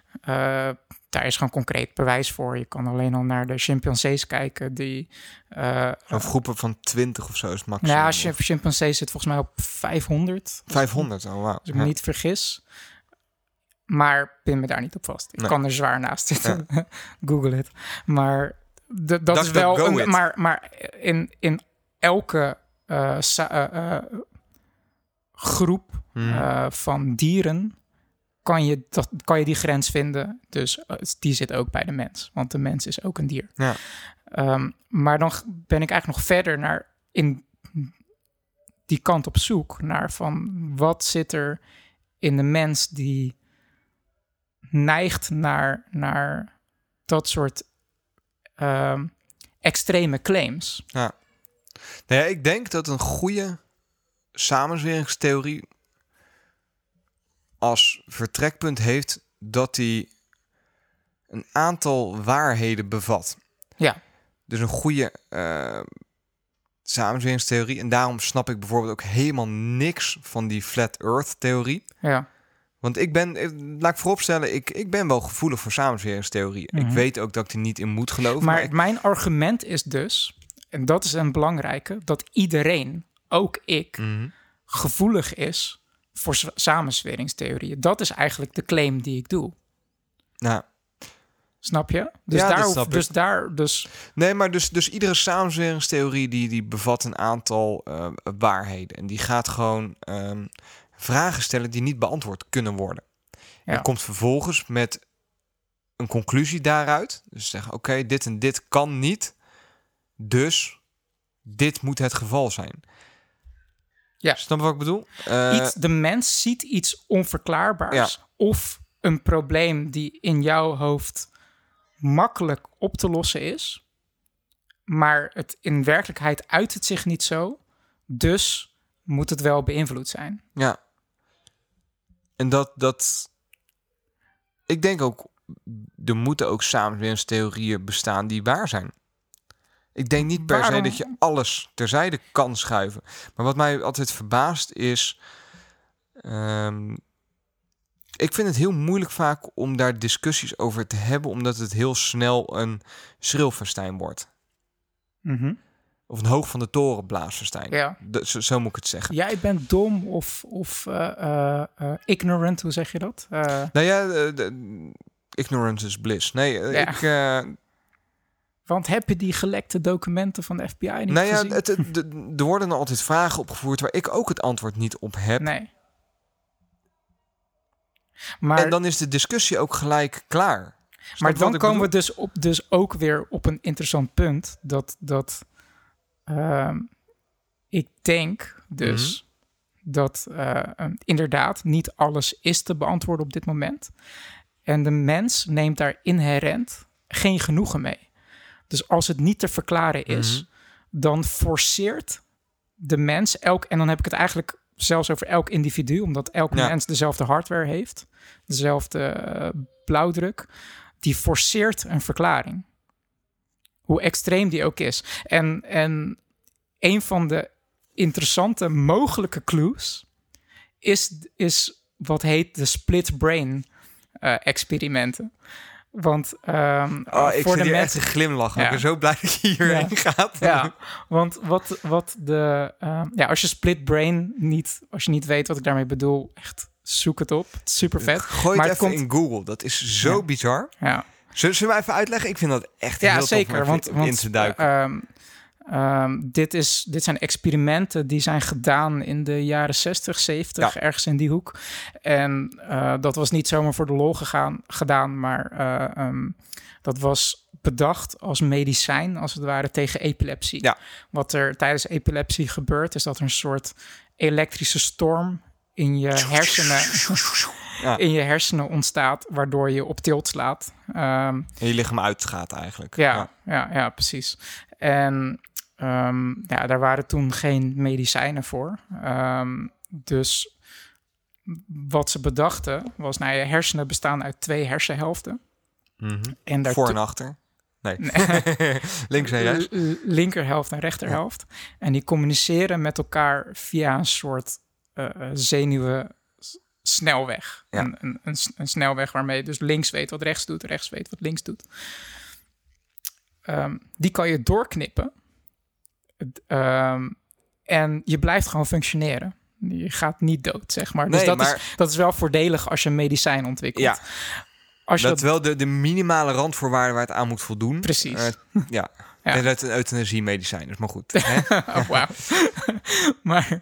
Daar is gewoon concreet bewijs voor. Je kan alleen al naar de chimpansees kijken die... of groepen van 20 of zo is maximum. Ja, chimpansees zit volgens mij op 500. 500, oh wow. Als ik me niet vergis. Maar pin me daar niet op vast. Ik kan er zwaar naast zitten. Ja. Google het. Maar dat is wel... Maar in elke groep van dieren... Kan je die grens vinden. Dus die zit ook bij de mens. Want de mens is ook een dier. Ja. Maar dan ben ik eigenlijk nog verder naar in die kant op zoek. Naar van wat zit er in de mens die neigt naar dat soort extreme claims. Ja. Nou ja, ik denk dat een goede samenzweringstheorie als vertrekpunt heeft dat hij een aantal waarheden bevat. Ja. Dus een goede samenzweringstheorie. En daarom snap ik bijvoorbeeld ook helemaal niks van die Flat Earth theorie. Ja. Want laat ik vooropstellen, ik ben wel gevoelig voor samenzweringstheorieën. Ik weet ook dat ik er niet in moet geloven. Maar mijn argument is dus, en dat is een belangrijke, dat iedereen, ook ik, gevoelig is voor samenzweringstheorieën. Dat is eigenlijk de claim die ik doe. Nou, snap je? Dus ja, Nee, maar dus iedere samenzweringstheorie die bevat een aantal waarheden. En die gaat gewoon vragen stellen die niet beantwoord kunnen worden. Ja. En komt vervolgens met een conclusie daaruit. Dus zeggen, oké, dit en dit kan niet. Dus dit moet het geval zijn. Ja. Snap je wat ik bedoel? De mens ziet iets onverklaarbaars. Ja. Of een probleem die in jouw hoofd makkelijk op te lossen is. Maar het in werkelijkheid uit het zich niet zo. Dus moet het wel beïnvloed zijn. Ja. En dat ik denk ook, er moeten ook samenzweringstheorieën bestaan die waar zijn. Ik denk niet per se dat je alles terzijde kan schuiven. Maar wat mij altijd verbaast is Ik vind het heel moeilijk vaak om daar discussies over te hebben, omdat het heel snel een schreeuwfestijn wordt. Mm-hmm. Of een hoog van de toren blaasfestijn. Ja. Zo moet ik het zeggen. Jij bent dom of ignorant, hoe zeg je dat? Nou ja, ignorance is bliss. Nee, Want heb je die gelekte documenten van de FBI niet gezien? Er worden altijd vragen opgevoerd waar ik ook het antwoord niet op heb. Nee. Maar, en dan is de discussie ook gelijk klaar. Maar dan komen we dus ook weer op een interessant punt. Dat ik denk dus dat inderdaad niet alles is te beantwoorden op dit moment. En de mens neemt daar inherent geen genoegen mee. Dus als het niet te verklaren is, dan forceert de mens en dan heb ik het eigenlijk zelfs over elk individu, omdat elk mens dezelfde hardware heeft, dezelfde blauwdruk, die forceert een verklaring. Hoe extreem die ook is. En een van de interessante mogelijke clues is wat heet de split brain experimenten. Want ik voor de mensen echt een glimlach. Ik ben zo blij dat je hierheen gaat. Ja, want als je split brain als je niet weet wat ik daarmee bedoel, echt zoek het op. Het is super vet. Gooi het even in Google. Dat is zo bizar. Ja. Zullen we even uitleggen? Ik vind dat echt heel zeker, tof om in te duiken. Dit zijn experimenten die zijn gedaan in de jaren 60, 70, ergens in die hoek. En dat was niet zomaar voor de lol gedaan, maar dat was bedacht als medicijn, als het ware, tegen epilepsie. Ja. Wat er tijdens epilepsie gebeurt, is dat er een soort elektrische storm in je hersenen... in je hersenen ontstaat, waardoor je op tilt slaat. En je lichaam uitgaat eigenlijk. Ja, precies. En daar waren toen geen medicijnen voor. Dus wat ze bedachten was, je hersenen bestaan uit 2 hersenhelften. En voor en achter? Nee. Links en rechts? Linkerhelft en rechterhelft. Ja. En die communiceren met elkaar via een soort zenuwen snelweg. Ja. Een snelweg waarmee je dus links weet wat rechts doet, rechts weet wat links doet. Die kan je doorknippen. En je blijft gewoon functioneren. Je gaat niet dood, zeg maar. Dus dat is wel voordelig als je een medicijn ontwikkelt. Ja. Als je dat wel de minimale randvoorwaarden waar het aan moet voldoen. Precies. Ja. En dat een euthanasie-medicijn is, maar goed. Oh, wauw. Maar,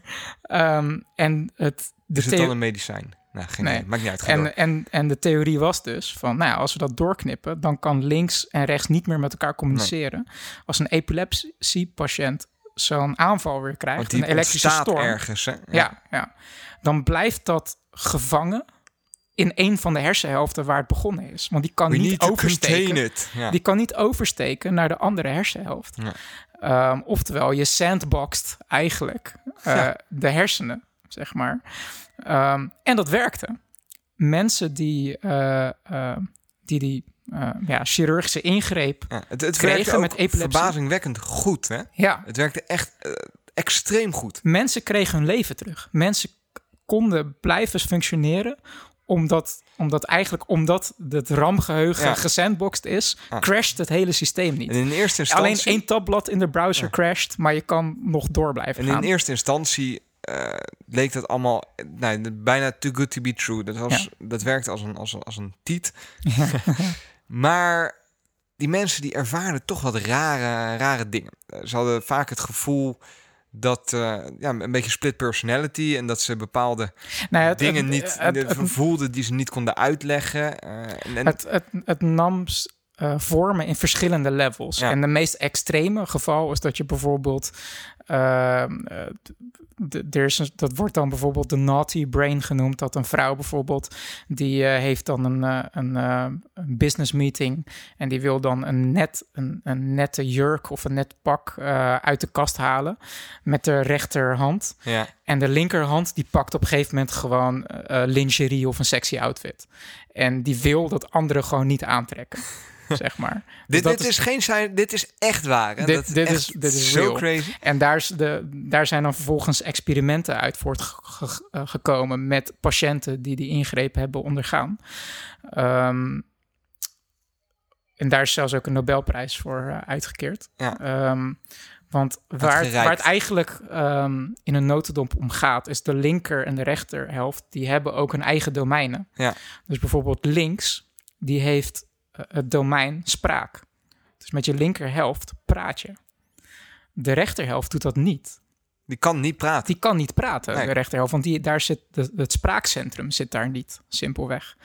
is het dan een medicijn? Nou, nee. Maakt niet uit. En de theorie was dus van, als we dat doorknippen, dan kan links en rechts niet meer met elkaar communiceren. Nee. Als een epilepsiepatiënt zo'n aanval weer krijgt, een elektrische storm ergens, hè? Ja. Dan blijft dat gevangen in een van de hersenhelften waar het begonnen is. Want die kan niet oversteken. Die kan niet oversteken naar de andere hersenhelft. Ja. Oftewel, je sandboxt eigenlijk de hersenen, zeg maar. En dat werkte. Mensen die chirurgische ingreep het werkte met epilepsie. Verbazingwekkend goed, hè? Ja. Het werkte echt extreem goed. Mensen kregen hun leven terug. Mensen konden blijven functioneren, omdat het RAM-geheugen gesandboxed is, crasht het hele systeem niet. En in eerste instantie, alleen 1 tabblad in de browser crasht, maar je kan nog door blijven gaan. En in eerste instantie leek dat allemaal bijna too good to be true. Dat werkte als een tiet. Ja. Maar die mensen die ervaren toch wat rare dingen. Ze hadden vaak het gevoel dat een beetje split personality en dat ze bepaalde dingen niet voelden die ze niet konden uitleggen. Het nam vormen in verschillende levels. Ja. En de meest extreme geval is dat je bijvoorbeeld dat wordt dan bijvoorbeeld de naughty brain genoemd. Dat een vrouw bijvoorbeeld, die heeft dan een business meeting en die wil dan een nette jurk of een net pak uit de kast halen met de rechterhand. Ja. En de linkerhand die pakt op een gegeven moment gewoon lingerie of een sexy outfit. En die wil dat anderen gewoon niet aantrekken, zeg maar. Dus dit is echt waar. Hè? Dit is zo real. Crazy. En daar zijn dan vervolgens experimenten uit voortgekomen met patiënten die ingreep hebben ondergaan. En daar is zelfs ook een Nobelprijs voor uitgekeerd. Ja. Want waar het eigenlijk in een notendop om gaat, is de linker en de rechterhelft, die hebben ook hun eigen domeinen. Ja. Dus bijvoorbeeld links, die heeft het domein spraak. Dus met je linkerhelft praat je. De rechterhelft doet dat niet. Die kan niet praten. Nee. De rechterhelft, want daar zit het spraakcentrum zit daar niet, simpelweg.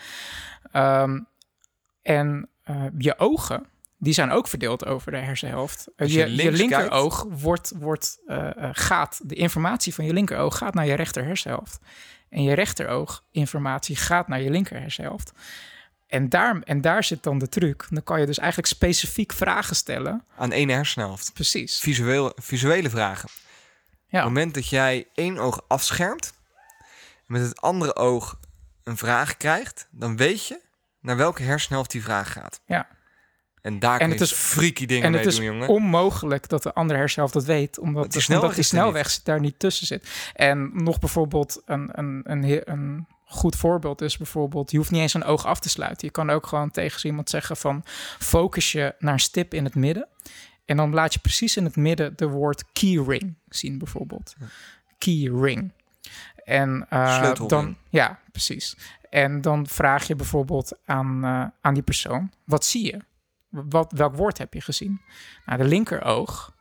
En je ogen, die zijn ook verdeeld over de hersenhelft. Je linkeroog gaat, de informatie van je linkeroog gaat naar je rechter hersenhelft. En je rechteroog informatie gaat naar je linker hersenhelft. En daar zit dan de truc. Dan kan je dus eigenlijk specifiek vragen stellen. Aan één hersenhelft. Precies. Visuele vragen. Ja. Op het moment dat jij één oog afschermt, met het andere oog een vraag krijgt, dan weet je naar welke hersenhelft die vraag gaat. Ja. En daar kun je freaky dingen mee doen, jongen. En het is onmogelijk dat de andere hersenhelft dat weet, omdat die snelweg daar niet tussen zit. En nog bijvoorbeeld een goed voorbeeld is bijvoorbeeld, je hoeft niet eens een oog af te sluiten. Je kan ook gewoon tegen iemand zeggen van, focus je naar een stip in het midden. En dan laat je precies in het midden de woord keyring zien bijvoorbeeld. Ja. Keyring. En dan, ja, precies. En dan vraag je bijvoorbeeld aan die persoon, wat zie je? Welk woord heb je gezien? Nou, de linkeroog,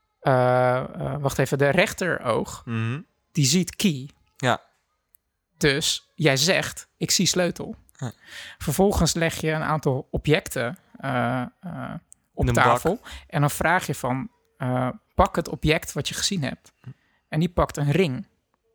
de rechteroog, die ziet key. Ja. Dus jij zegt, ik zie sleutel. Ja. Vervolgens leg je een aantal objecten op tafel. En dan vraag je van, pak het object wat je gezien hebt. En die pakt een ring.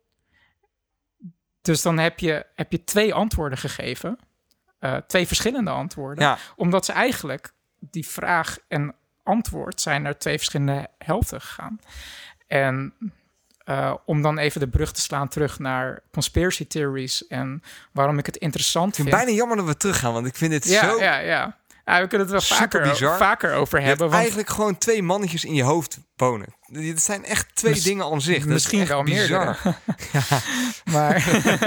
Dus dan heb je 2 antwoorden gegeven. 2 verschillende antwoorden. Ja. Omdat ze eigenlijk, die vraag en antwoord, zijn naar 2 verschillende helften gegaan. En om dan even de brug te slaan terug naar conspiracy theories en waarom ik het interessant vind. Ik vind het bijna jammer dat we teruggaan, want ik vind het zo... Ja. We kunnen het wel vaker over hebben. Want eigenlijk gewoon 2 mannetjes in je hoofd wonen. Het zijn echt 2 dingen aan zich. Misschien wel meerdere. Ja. Maar...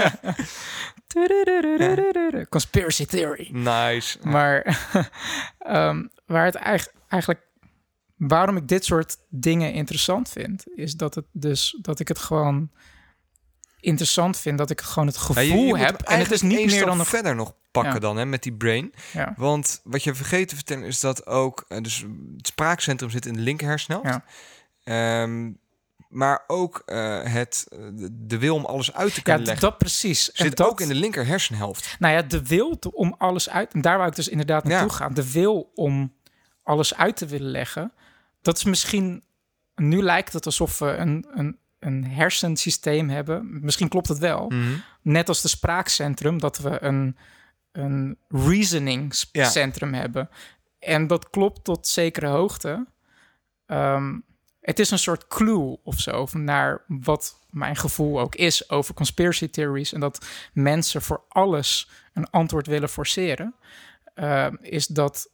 Conspiracy theory. Nice. Maar waar het eigenlijk... Waarom ik dit soort dingen interessant vind, is dat ik het gewoon interessant vind, dat ik gewoon het gevoel heb. En het is niet meer dan verder nog pakken dan, hè, met die brain. Ja. Want wat je vergeet te vertellen is dat ook, dus het spraakcentrum zit in de linker hersenhelft. Ja. Maar ook de wil om alles uit te kunnen leggen. Dat precies. Zit ook in de linker hersenhelft. Nou ja, de wil om alles uit... En daar wou ik dus inderdaad naartoe gaan. De wil om alles uit te willen leggen, dat is misschien... Nu lijkt het alsof we een hersensysteem hebben. Misschien klopt het wel. Mm-hmm. Net als de spraakcentrum, dat we een reasoning centrum hebben. En dat klopt tot zekere hoogte. Het is een soort clue of zo, naar wat mijn gevoel ook is over conspiracy theories, en dat mensen voor alles een antwoord willen forceren, is dat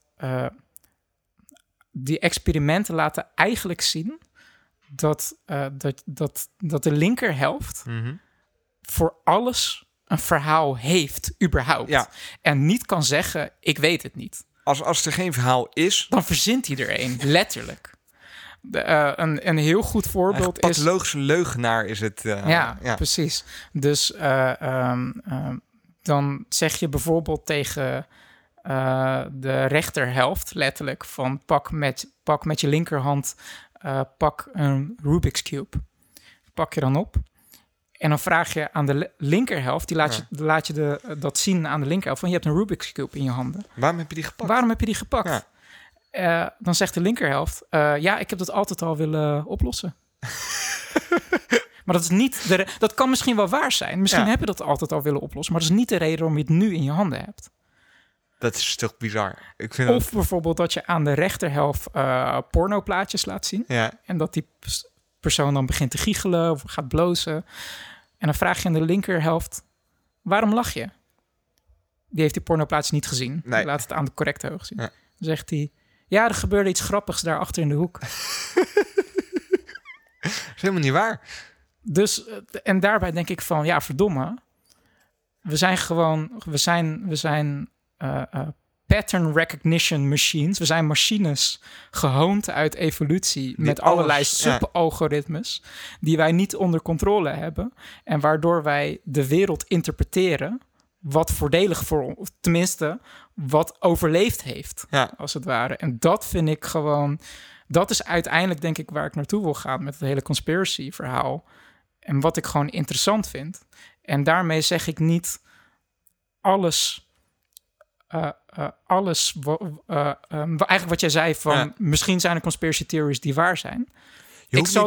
die experimenten laten eigenlijk zien dat de linkerhelft voor alles een verhaal heeft, überhaupt. Ja. En niet kan zeggen, ik weet het niet. Als er geen verhaal is, dan verzint hij er een, letterlijk. Een heel goed voorbeeld is... pathologische leugenaar is het. Ja, precies. Dus dan zeg je bijvoorbeeld tegen de rechterhelft, letterlijk, van pak met je linkerhand, pak een Rubik's Cube. Pak je dan op. En dan vraag je aan de linkerhelft, laat je dat zien aan de linkerhelft, van je hebt een Rubik's Cube in je handen. Waarom heb je die gepakt? Ja. Dan zegt de linkerhelft, ik heb dat altijd al willen oplossen. Maar dat is niet dat kan misschien wel waar zijn. Misschien heb je dat altijd al willen oplossen, maar dat is niet de reden waarom je het nu in je handen hebt. Dat is toch bizar. Of bijvoorbeeld dat je aan de rechterhelft pornoplaatjes laat zien. Ja. En dat die persoon dan begint te giechelen of gaat blozen. En dan vraag je aan de linkerhelft, waarom lach je? die heeft die pornoplaats niet gezien. Nee. Laat het aan de correcte oog zien. Ja. Dan zegt hij, ja, er gebeurde iets grappigs daar achter in de hoek. Dat is helemaal niet waar. Dus, en daarbij denk ik van, ja, verdomme. We zijn pattern recognition machines. We zijn machines gehoond uit evolutie met allerlei sub-algoritmes die wij niet onder controle hebben en waardoor wij de wereld interpreteren wat voordelig voor, tenminste, wat overleefd heeft, als het ware. En dat vind ik gewoon, dat is uiteindelijk denk ik waar ik naartoe wil gaan met het hele conspiracy verhaal. En wat ik gewoon interessant vind. En daarmee zeg ik niet eigenlijk wat jij zei van misschien zijn er conspiracy theories die waar zijn. Ik zal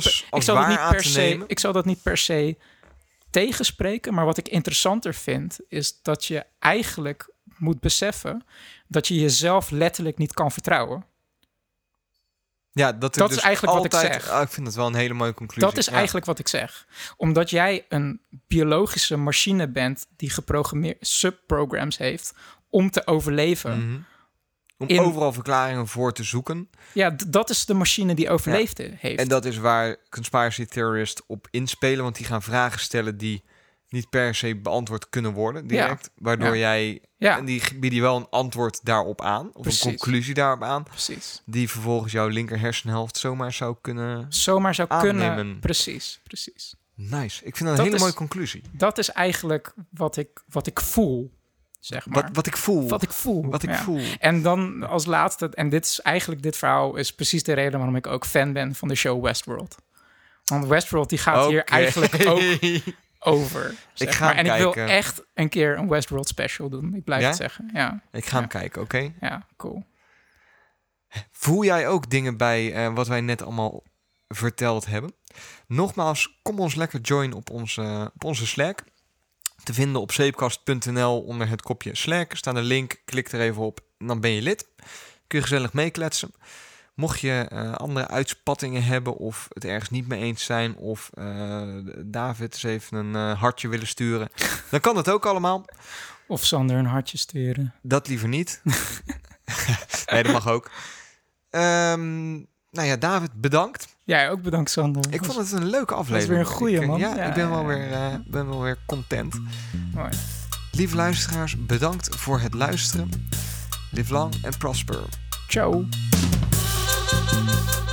dat niet per se tegenspreken, maar wat ik interessanter vind is dat je eigenlijk moet beseffen dat je jezelf letterlijk niet kan vertrouwen. Ja, dat is eigenlijk altijd, wat ik zeg. Ik vind dat wel een hele mooie conclusie. Dat is eigenlijk wat ik zeg. Omdat jij een biologische machine bent die geprogrammeerd subprograms heeft om te overleven. Mm-hmm. Om overal verklaringen voor te zoeken. Ja, dat is de machine die overleefd heeft. En dat is waar conspiracy theorists op inspelen, want die gaan vragen stellen die niet per se beantwoord kunnen worden direct. Waardoor jij... En die bieden wel een antwoord daarop aan. Of een conclusie daarop aan. Precies. Die vervolgens jouw linker hersenhelft zomaar zou kunnen kunnen. Precies. Nice. Ik vind dat een hele mooie conclusie. Dat is eigenlijk wat ik voel. Zeg maar. Wat ik voel. En dan als laatste, en dit verhaal is precies de reden waarom ik ook fan ben van de show Westworld. Want Westworld die gaat hier eigenlijk ook over. En ik wil echt een keer een Westworld special doen. Ik blijf het zeggen. Ja. Ik ga hem kijken, oké? Ja, cool. Voel jij ook dingen bij wat wij net allemaal verteld hebben? Nogmaals, kom ons lekker join op onze Slack. Te vinden op zeepkast.nl onder het kopje Slack. Er staat een link, klik er even op en dan ben je lid. Kun je gezellig meekletsen. Mocht je andere uitspattingen hebben of het ergens niet mee eens zijn of David eens even een hartje willen sturen, dan kan dat ook allemaal. Of Sander een hartje sturen. Dat liever niet. Nee, dat mag ook. Nou ja, David, bedankt. Jij ook bedankt, Sander. Ik vond het een leuke aflevering. Dat is weer een goeie, man. Ja, ik ben wel weer content. Mooi. Lieve luisteraars, bedankt voor het luisteren. Live long and prosper. Ciao.